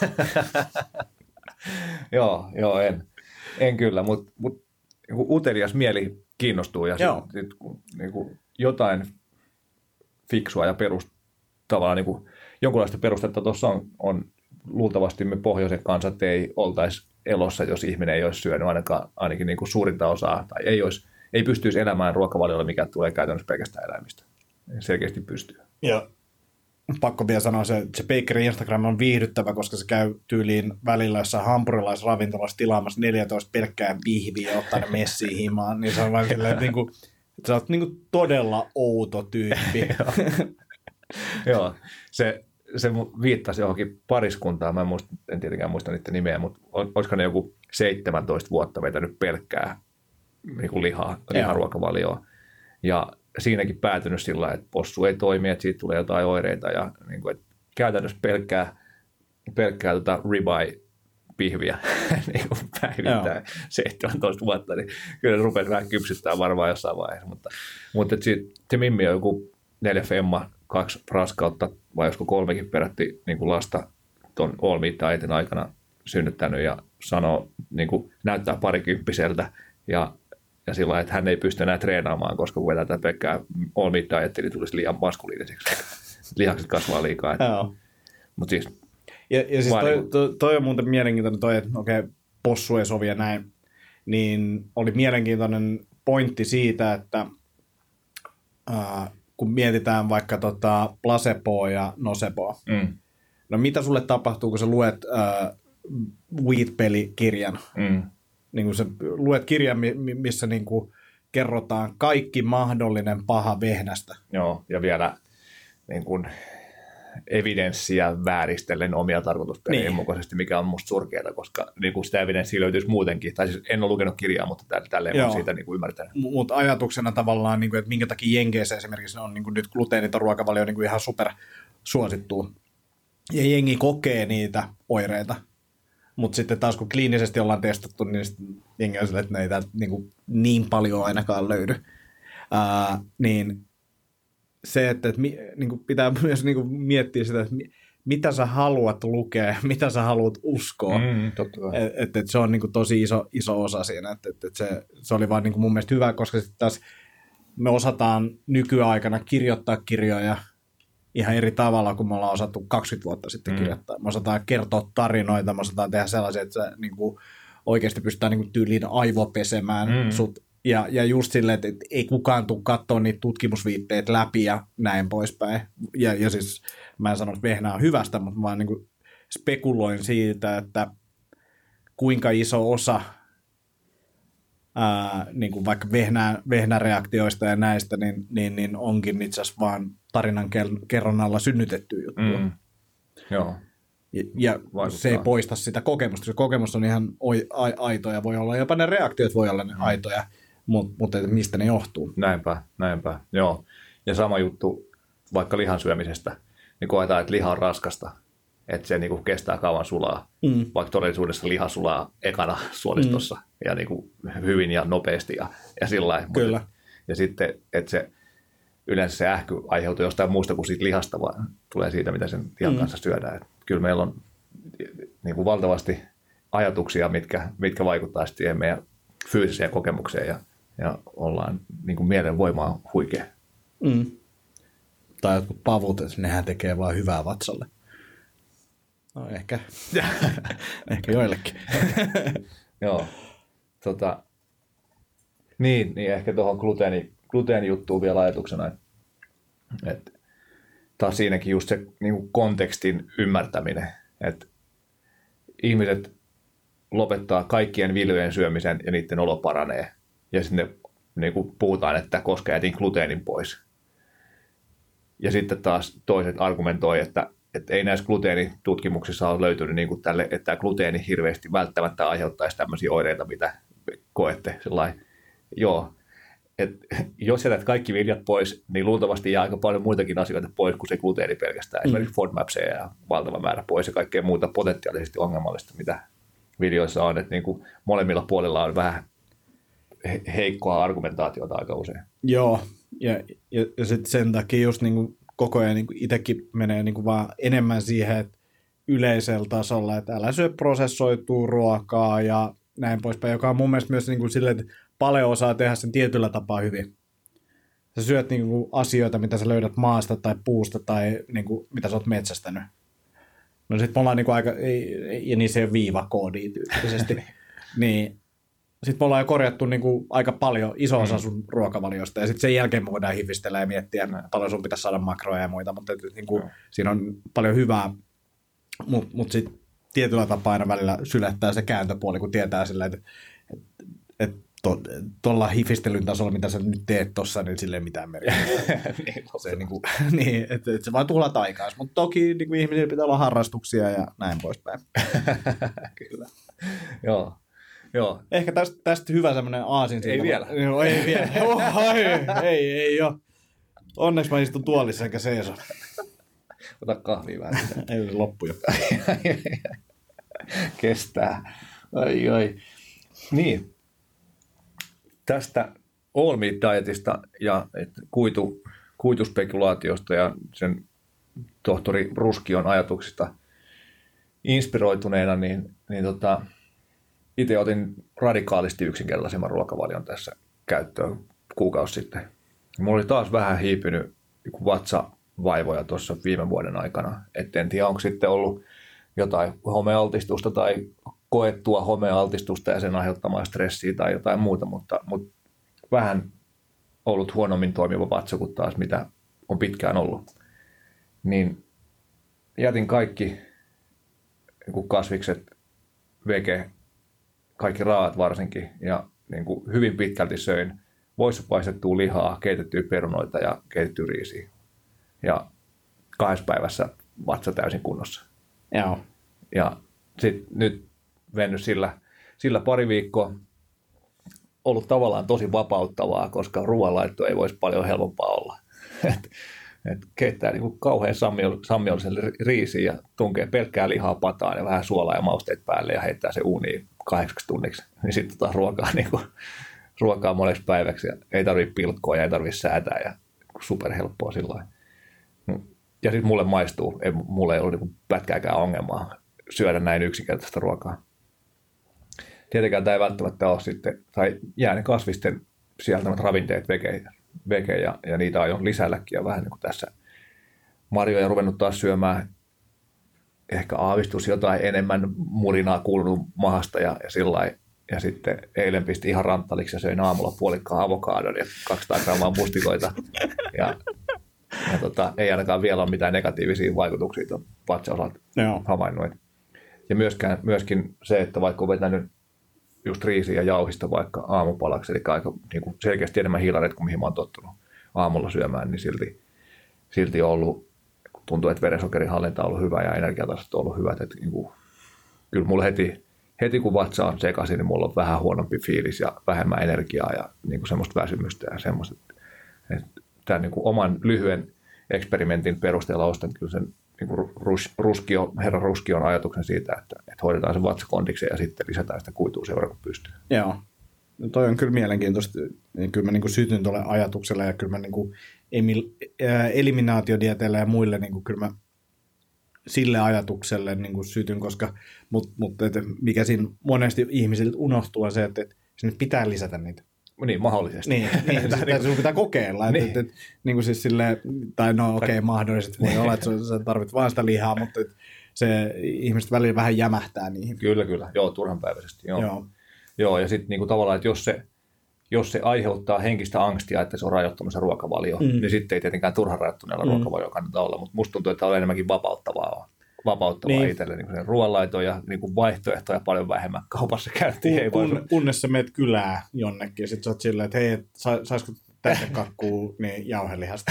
joo, joo, en. En kyllä, mutta mut, niin utelias mieli kiinnostuu ja sit, sit, niin kuin jotain fiksua ja perustaa. Tavallaan niin kuin jonkunlaista perustetta tuossa on, on luultavasti me pohjoisen kansat ei oltaisi elossa, jos ihminen ei olisi syönyt ainakaan, ainakin niin kuin suurinta osaa, tai ei, olisi, ei pystyisi elämään ruokavaliolla, mikä tulee käytännössä pelkästään eläimistä. Selkeästi pystyy. Ja pakko vielä sanoa, se, se Bakerin Instagram on viihdyttävä, koska se käy tyyliin välillä jossain hampurilaisravintolassa tilaamassa neljätoista pelkkää pihviä ja ottaa ne messiin himaan, niin se on vaan silleen, että, niinku, että sä oot niinku todella outo tyyppi. Joo, se, se viittasi johonkin pariskuntaan, mä en, muista, en tietenkään muista niiden nimeä, mutta olisiko ne joku seitsemäntoista vuotta vetänyt pelkkää niin kuin lihaa, liharuokavalioa. Ja siinäkin päätynyt sillä, että possu ei toimi, että siitä tulee jotain oireita ja niin kuin, että käytännössä pelkkää, pelkkää tota ribeye-pihviä niin kuin päivittäin seitsemäntoista vuotta, niin kyllä se rupesi vähän kypsyttää varmaan jossain vaiheessa, mutta, mutta siitä, se Mimmi on joku neljä femma, kaksi raskautta, vai josko kolmekin perätti niin kuin lasta tuon All Meat Dietin aikana synnyttänyt ja sanoo, niin kuin, näyttää parikymppiseltä ja, ja sillä lailla, että hän ei pysty enää treenaamaan, koska kun vetää tätä pelkkää All Meat Dietia, niin tulisi liian maskuliiniseksi. Lihakset kasvaa liikaa. Mutta siis, ja, ja siis toi, toi, toi on muuten mielenkiintoinen toi, että okei, okay, possu ei sovi ja näin, niin oli mielenkiintoinen pointti siitä, että uh, kun mietitään vaikka tota placeboa ja noceboa. Mm. No mitä sulle tapahtuu, kun sä luet uh, Wheatbelly-kirjan? Mm. Niin kun sä luet kirjan, missä niin kun kerrotaan kaikki mahdollinen paha vehnästä. Joo, ja vielä niin kun evidenssiä vääristellen omia tarkoitusperien niin. mukaisesti, mikä on musta surkeata, koska niin kun sitä evidenssiä löytyisi muutenkin. Tai siis en ole lukenut kirjaa, mutta tälleen olen siitä niin kuin ymmärtänyt. Mutta ajatuksena tavallaan, niin kuin, että minkä takia Jenkeissä esimerkiksi on niin kuin nyt gluteeniton ruokavalio niin kuin ihan super suosittu. Ja jengi kokee niitä oireita. Mutta sitten taas kun kliinisesti ollaan testattu, niin jengi on sille, että ne ei niin, kuin, niin paljon ainakaan löydy. Ää, niin se, että, että niin kuin pitää myös niin kuin miettiä sitä, että mitä sä haluat lukea ja mitä sä haluat uskoa. Mm, totta kai. Et, et, et se on niin kuin tosi iso, iso osa siinä. Et, et, et se, se oli vaan niin kuin mun mielestä hyvä, koska sitten taas me osataan nykyaikana kirjoittaa kirjoja ihan eri tavalla kuin me ollaan osattu kaksikymmentä vuotta sitten mm. kirjoittaa. Me osataan kertoa tarinoita, me osataan tehdä sellaisia, että se niin kuin oikeasti pystytään niin kuin tyyliin aivopesemään mm. sut. Ja, ja just silleen, että, että ei kukaan tule katsoa niitä tutkimusviitteet läpi ja näin poispäin. Ja, ja siis mä en sano, että vehnää on hyvästä, mutta mä vaan niin kuin spekuloin siitä, että kuinka iso osa ää, niin kuin vaikka vehnä, vehnäreaktioista ja näistä, niin, niin, niin onkin itse asiassa vaan tarinan kerronnalla synnytetty juttu. Mm. Joo. Ja, ja se ei poista sitä kokemusta. Se kokemus on ihan oi, a, aito ja voi olla, jopa ne reaktiot voi olla ne aitoja, mutta, mutta mistä ne johtuu. Näinpä, näinpä, joo. Ja sama juttu vaikka lihan syömisestä, niin koetaan, että liha on raskasta, että se niin kuin kestää kauan sulaa, mm. vaikka todellisuudessa liha sulaa ekana suolistossa mm. ja niin kuin hyvin ja nopeasti ja, ja sillä lailla. Kyllä. Ja sitten, että se yleensä se ähky aiheutuu jostain muusta kuin siitä lihasta, vaan tulee siitä, mitä sen lihan mm. kanssa syödään. Että kyllä meillä on niin kuin valtavasti ajatuksia, mitkä, mitkä vaikuttaa siihen meidän fyysiseen kokemukseen ja, ja ollaan niin kuin mielen voimaa huikea. Mm. Tai jotkut pavut, että nehän tekee vaan hyvää vatsalle. No ehkä, ehkä joillekin. Joo. Tota, niin, niin, ehkä tuohon gluteeni, gluteenijuttuun vielä ajatuksena, että, että taas siinäkin just se niin kuin kontekstin ymmärtäminen, että ihmiset lopettaa kaikkien viljojen syömisen ja niiden olo paranee. Ja sitten niin kuin puhutaan, että koska jätin gluteenin pois. Ja sitten taas toiset argumentoi, että, että ei näissä gluteenitutkimuksissa ole löytynyt niin kuin tälle, että tämä gluteeni hirveästi välttämättä aiheuttaisi tämmöisiä oireita, mitä koette. Sellainen, joo. Et jos jätät kaikki viljat pois, niin luultavasti jää aika paljon muitakin asioita pois kuin se gluteeni pelkästään. Mm. Esimerkiksi FODMAPseja ja valtava määrä pois ja kaikkea muuta potentiaalisesti ongelmallista, mitä viljoissa on. Että niin kuin molemmilla puolilla on vähän heikkoa argumentaatiota aika usein. Joo, ja, ja, ja sitten sen takia just niin kuin koko ajan niin kuin itsekin menee niin kuin vaan enemmän siihen, että yleisellä tasolla, että älä syö prosessoitua ruokaa ja näin poispäin, joka on mun mielestä myös niin kuin silleen, että paljon osaa tehdä sen tietyllä tapaa hyvin. Sä syöt niin kuin asioita, mitä sä löydät maasta tai puusta tai niin kuin, mitä sä oot metsästänyt. No sit me ollaan niin kuin aika, ja niin se viivakoodia tyyppisesti, niin sitten me ollaan jo korjattu niin kuin aika paljon, iso osa sun ruokavaliosta, ja sitten sen jälkeen me voidaan hifistellä ja miettiä, että paljon sun pitäisi saada makroja ja muita, mutta että, niin kuin, siinä on paljon hyvää, mutta mut sitten tietyllä tapaa aina välillä sylettää se kääntöpuoli, kun tietää sillä, että et, et, tuolla to, hifistelyn tasolla, mitä sä nyt teet tuossa, niin sille ei mitään merkitystä. niin, se, niin, kuin, niin että et se vaan tuhlaat aikaansa, mutta toki niin kuin ihmisillä pitää olla harrastuksia ja näin poispäin. Kyllä, joo. Joo. Ehkä tästä, tästä hyvä semmoinen aasin. Ei vielä. No, ei vielä. Oh, ei, ei, ei ole. Onneksi mä istun tuolissa enkä seiso. Ota kahvia vähän. Ei loppu jo. Kestää. Ai, ai. Niin. Tästä all meat dietista ja et, kuitu, kuituspekulaatiosta ja sen tohtori Ruskion ajatuksista inspiroituneena, niin, niin tota, itse otin radikaalisti yksinkertaisemman ruokavalion tässä käyttöön kuukausi sitten. Mulla oli taas vähän hiipynyt vatsavaivoja tuossa viime vuoden aikana. Et en tiedä, onko sitten ollut jotain homealtistusta tai koettua homealtistusta ja sen aiheuttamaa stressiä tai jotain muuta, mutta, mutta vähän ollut huonommin toimiva vatsa kuin taas mitä on pitkään ollut. Niin jätin kaikki kasvikset, vege, kaikki raat varsinkin, ja niin kuin hyvin pitkälti söin voissa paistettua lihaa, keitettyä perunoita ja keitettyä riisiä. Ja kahdessa päivässä vatsa täysin kunnossa. Joo. Ja sitten nyt mennyt sillä, sillä pari viikkoa, ollut tavallaan tosi vapauttavaa, koska ruoanlaitto ei voisi paljon helpompaa olla. Et että keittää niin kuin kauhean sammiollisen riisiin ja tunkee pelkkää lihaa pataan ja vähän suolaa ja mausteet päälle ja heittää se uuniin kahdeksaksi tunniksi. Niin sitten tota ruokaa, niin kuin, ruokaa moneksi päiväksi ja ei tarvitse pilkkoa ja ei tarvitse säätää ja superhelppoa sillä lailla. Ja sitten mulle maistuu, ei, mulle ei ollut niin pätkääkään ongelmaa syödä näin yksinkertaista ruokaa. Tietenkään tämä ei välttämättä ole sitten, tai jää ne kasvisten sieltämät ravinteet veke, veke ja, ja niitä aion lisälläkin ja vähän niin kuin tässä marjoja ruvennut taas syömään. Ehkä aavistus jotain enemmän murinaa kuulunut mahasta ja, ja sillä lailla. Ja sitten eilen pisti ihan ranttaliksi ja söin aamulla puolikkaan avokaadon ja kaksisataa grammaa mustikoita. Ja, ja tota, ei ainakaan vielä ole mitään negatiivisia vaikutuksia tuon vatsaosalta havainnut. Ja myöskään, myöskin se, että vaikka on vetänyt just riisiä ja jauhista vaikka aamupalaksi, eli aika niin kuin selkeästi enemmän hiilareita kuin mihin mä oon tottunut aamulla syömään, niin silti, silti on ollut, tuntuu, että verensokerin hallinta on ollut hyvä ja energiatasot on ollut hyvät. Että, niin kuin, kyllä mulla heti, heti kun vatsa on sekaisin, niin mulla on vähän huonompi fiilis ja vähemmän energiaa ja niin kuin semmoista väsymystä ja semmoista. Tämän niin kuin oman lyhyen eksperimentin perusteella ostan kyllä sen niin kuin rus, ruskio, herra Ruskion ajatuksen siitä, että, että hoidetaan se vatsakondikseen ja sitten lisätään sitä kuitua seuraan, kun pystyy. Joo. No toi on kyllä mielenkiintoista. Kyllä mä niin kuin sytyn tuolle ajatukselle ja kyllä mä niin kuin eliminaatiodieteille ja muille niin kuin kyllä mä sille ajatukselle niin kuin sytyn, koska mut, mut, et, mikä siinä monesti ihmisiltä unohtuu on se, että, että sinne pitää lisätä niitä. Niin, mahdollisesti. Niin, niin sitä sun pitää kokeilla. Niin. Et, et, et, niin kuin siis silleen, tai no okei, okay, mahdollisesti voi olla, että sä tarvitset vaan sitä lihaa, mutta et, se ihmiset välillä vähän jämähtää niihin. Kyllä, kyllä. Joo, turhanpäiväisesti. Joo, joo. joo ja sitten niinku tavallaan, että jos se, jos se aiheuttaa henkistä angstia, että se on rajoittamassa ruokavalio, mm. niin sitten ei tietenkään turhan rajoittuneella mm. ruokavalio kannata olla, mutta musta tuntuu, että on enemmänkin vapauttavaa, vapauttavaa niin. Itselle niin sen ruoanlaitoon ja niin kuin vaihtoehtoja paljon vähemmän kaupassa käyntiin. Kun, kun, kunnes sä meet kylään jonnekin ja sit sä oot silleen, että hei, sa, saisiko tästä kakkuu niin jauhelihasta?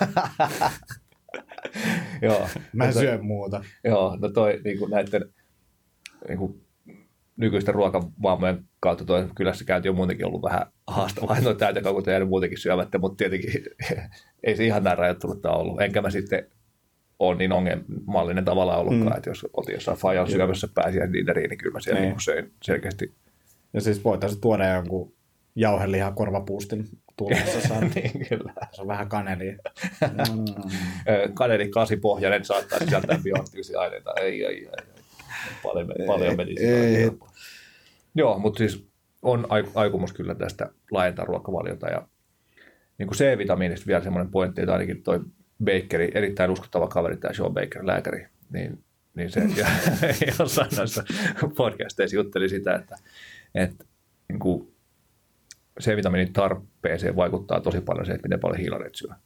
Joo. Mä en syö muuta. Joo, no toi niin kuin näiden niin kuin nykyisten ruokavammojen kautta toi kylässä käynti on muutenkin ollut vähän haastavaa. Noin täytekakut on jäänyt muutenkin syömättä, mutta tietenkin ei se ihan näin rajoittunutta ollut. Enkä mä sitten ole niin ongelmallinen tavallaan ollutkaan, mm. että jos oltiin jossain fajan syömässä pääsiäisen dinneriin, niin kyllä mä siellä niin söin selkeästi. Ja siis voitaisiin tuoda jonkun jauhelihan korvapuustin tullessa. Niin, kyllä. Se on vähän kanelia. Mm. Kaneli kasipohjainen saattaa sisältää bioaktiivisia aineita. Ei, ei, ei. Paljon, paljon meni sitä. Joo, mutta siis on aikomus kyllä tästä laajentaa ruokavaliota. Ja niin kuin C-vitamiinista vielä semmoinen pointti, että ainakin toi Bakeri, erittäin uskottava kaveri, tämä Sean Baker, lääkäri, niin, niin se jossain noissa podcasteissa jutteli sitä, että, että niin kuin C-vitamiinin tarpeeseen vaikuttaa tosi paljon se, että miten paljon hiilareita syö.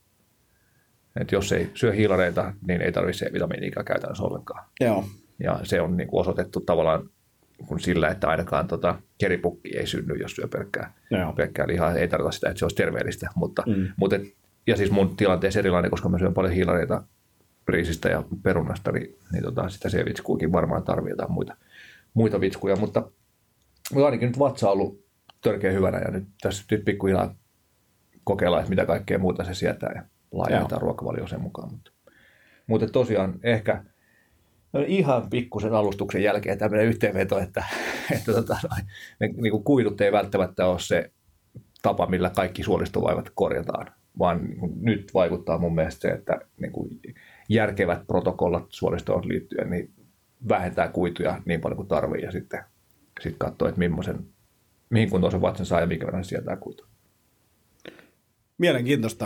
Että jos ei syö hiilareita, niin ei tarvitse C-vitamiiniikaan käytännössä ollenkaan. Joo. Ja se on niin kuin osoitettu tavallaan kun sillä, että ainakaan tota, keripukki ei synny, jos syö pelkkää, pelkkää lihaa. Ei tarkoita sitä, että se olisi terveellistä, mutta, mm. mutta et, ja siis mun tilanteessa erilainen, koska mä syön paljon hiilareita riisistä ja perunasta, niin, niin tota, sitä C-vitskuukin varmaan tarvitaan muita, muita vitskuja, mutta, mutta ainakin nyt vatsa on ollut törkeä hyvänä ja nyt tässä nyt pikkuhiljaa kokeillaan, että mitä kaikkea muuta se sietää ja laajentaa ruokavalio sen mukaan. Mutta, mutta tosiaan ehkä no ihan pikkusen alustuksen jälkeen tämmöinen yhteenveto, että, että tota, ne niin kuin kuidut ei välttämättä ole se tapa, millä kaikki suolistovaivat korjataan, vaan niin kuin nyt vaikuttaa mun mielestä se, että niin kuin järkevät protokollat suolistoon liittyen niin vähentää kuituja niin paljon kuin tarvii ja sitten, sitten katsoo, että millaisen, mihin kuntoon se vatsan saa ja minkä verran se sietää kuitua. Mielenkiintoista.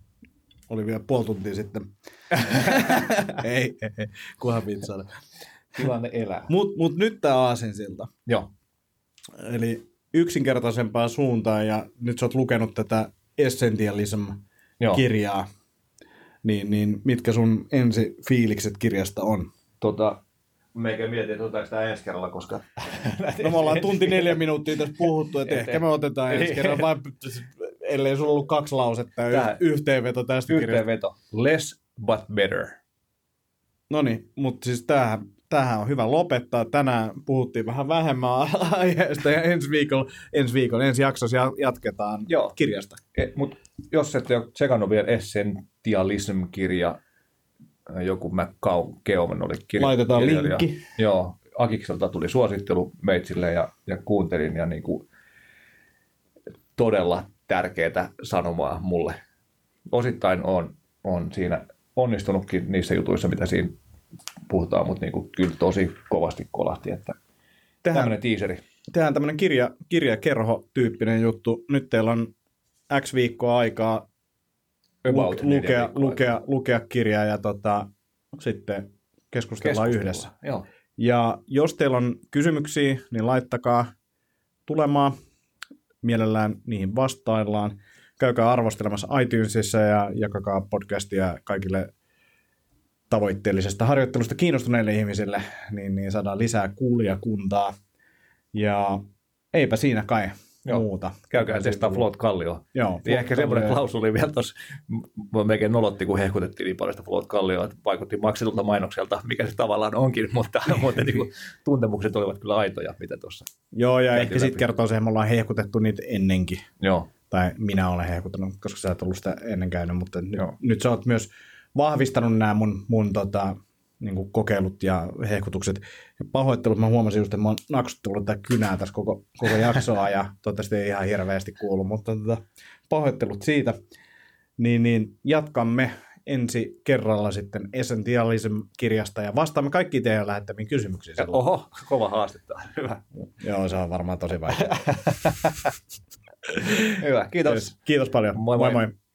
Oli vielä puoli tuntia sitten. ei, ei, ei, kunhan vitsailla. Tilanne elää. Mutta mut nyt tämä aasinsilta. Joo. Eli yksinkertaisempaan suuntaan, ja nyt sä oot lukenut tätä Essentialism-kirjaa, niin, niin mitkä sun ensi fiilikset kirjasta on? Tota, meikä mietin, että otetaanko tämä ensi kerralla, koska... No me ollaan tunti neljä minuuttia tässä puhuttu, että ehkä me otetaan ensi kerralla, vai ellei sulla ollut kaksi lausetta Tää, yhteenveto tästä yhteenveto. kirjasta. Less but better. No niin, mutta siis tämähän tähän on hyvä lopettaa. Tänään puhuttiin vähän vähemmän aiheesta ja ensi viikolla, ensi, viikolla, ensi jaksossa jatketaan Joo. kirjasta. E, Mutta jos ette ole tsekannut vielä Essentialism-kirja, joku McCown oli kirja. Laitetaan linkki. Joo, Akikselta tuli suosittelu meitsille ja, ja kuuntelin ja niin kuin todella tärkeää sanomaa mulle. Osittain on, on siinä onnistunutkin niissä jutuissa, mitä siinä puhutaan, mutta niin kuin kyllä tosi kovasti kolahti, että tehdään, tämmöinen tiiseri. Tehdään tämmöinen kirja, kirjakerho-tyyppinen juttu. Nyt teillä on X viikkoa aikaa About lukea, lukea, lukea kirjaa ja tota, sitten keskustellaan yhdessä. Joo. Ja jos teillä on kysymyksiä, niin laittakaa tulemaan. Mielellään niihin vastaillaan. Käykää arvostelemassa iTunesissa ja jakakaa podcastia kaikille tavoitteellisesta harjoittelusta kiinnostuneille ihmisille, niin, niin saadaan lisää kuulijakuntaa. Ja eipä siinä kai Joo. muuta. Käykää testaa Float Kallioa. Joo, niin ehkä semmoinen klausuli vielä tuossa, mä melkein nolotti, kun hehkutettiin niin paljon sitä Float Kallioa, että vaikutti maksetulta mainokselta, mikä se tavallaan onkin, mutta, mutta niin kuin, tuntemukset olivat kyllä aitoja, mitä tuossa. Joo, ja ehkä sitten kertoo se, että me ollaan hehkutettu niitä ennenkin. Joo. Tai minä olen hehkuttanut, koska sä et ollut sitä ennen käynyt, mutta nyt, nyt sä oot myös vahvistanut nämä mun, mun tota, niin kuin kokeilut ja hehkutukset ja pahoittelut. Mä huomasin just, että mä oon naksuttellut tätä kynää tässä koko, koko jaksoa ja toivottavasti ei ihan hirveästi kuulu, mutta tota, pahoittelut siitä. Niin, niin jatkamme ensi kerralla sitten Essentialism-kirjasta ja vastaamme kaikkiin teidän lähettämiin kysymyksiin. Ja, oho, kova haastetta. Hyvä. Joo, se on varmaan tosi vaikea. Hyvä, kiitos. Kiitos paljon. Moi moi. moi, moi.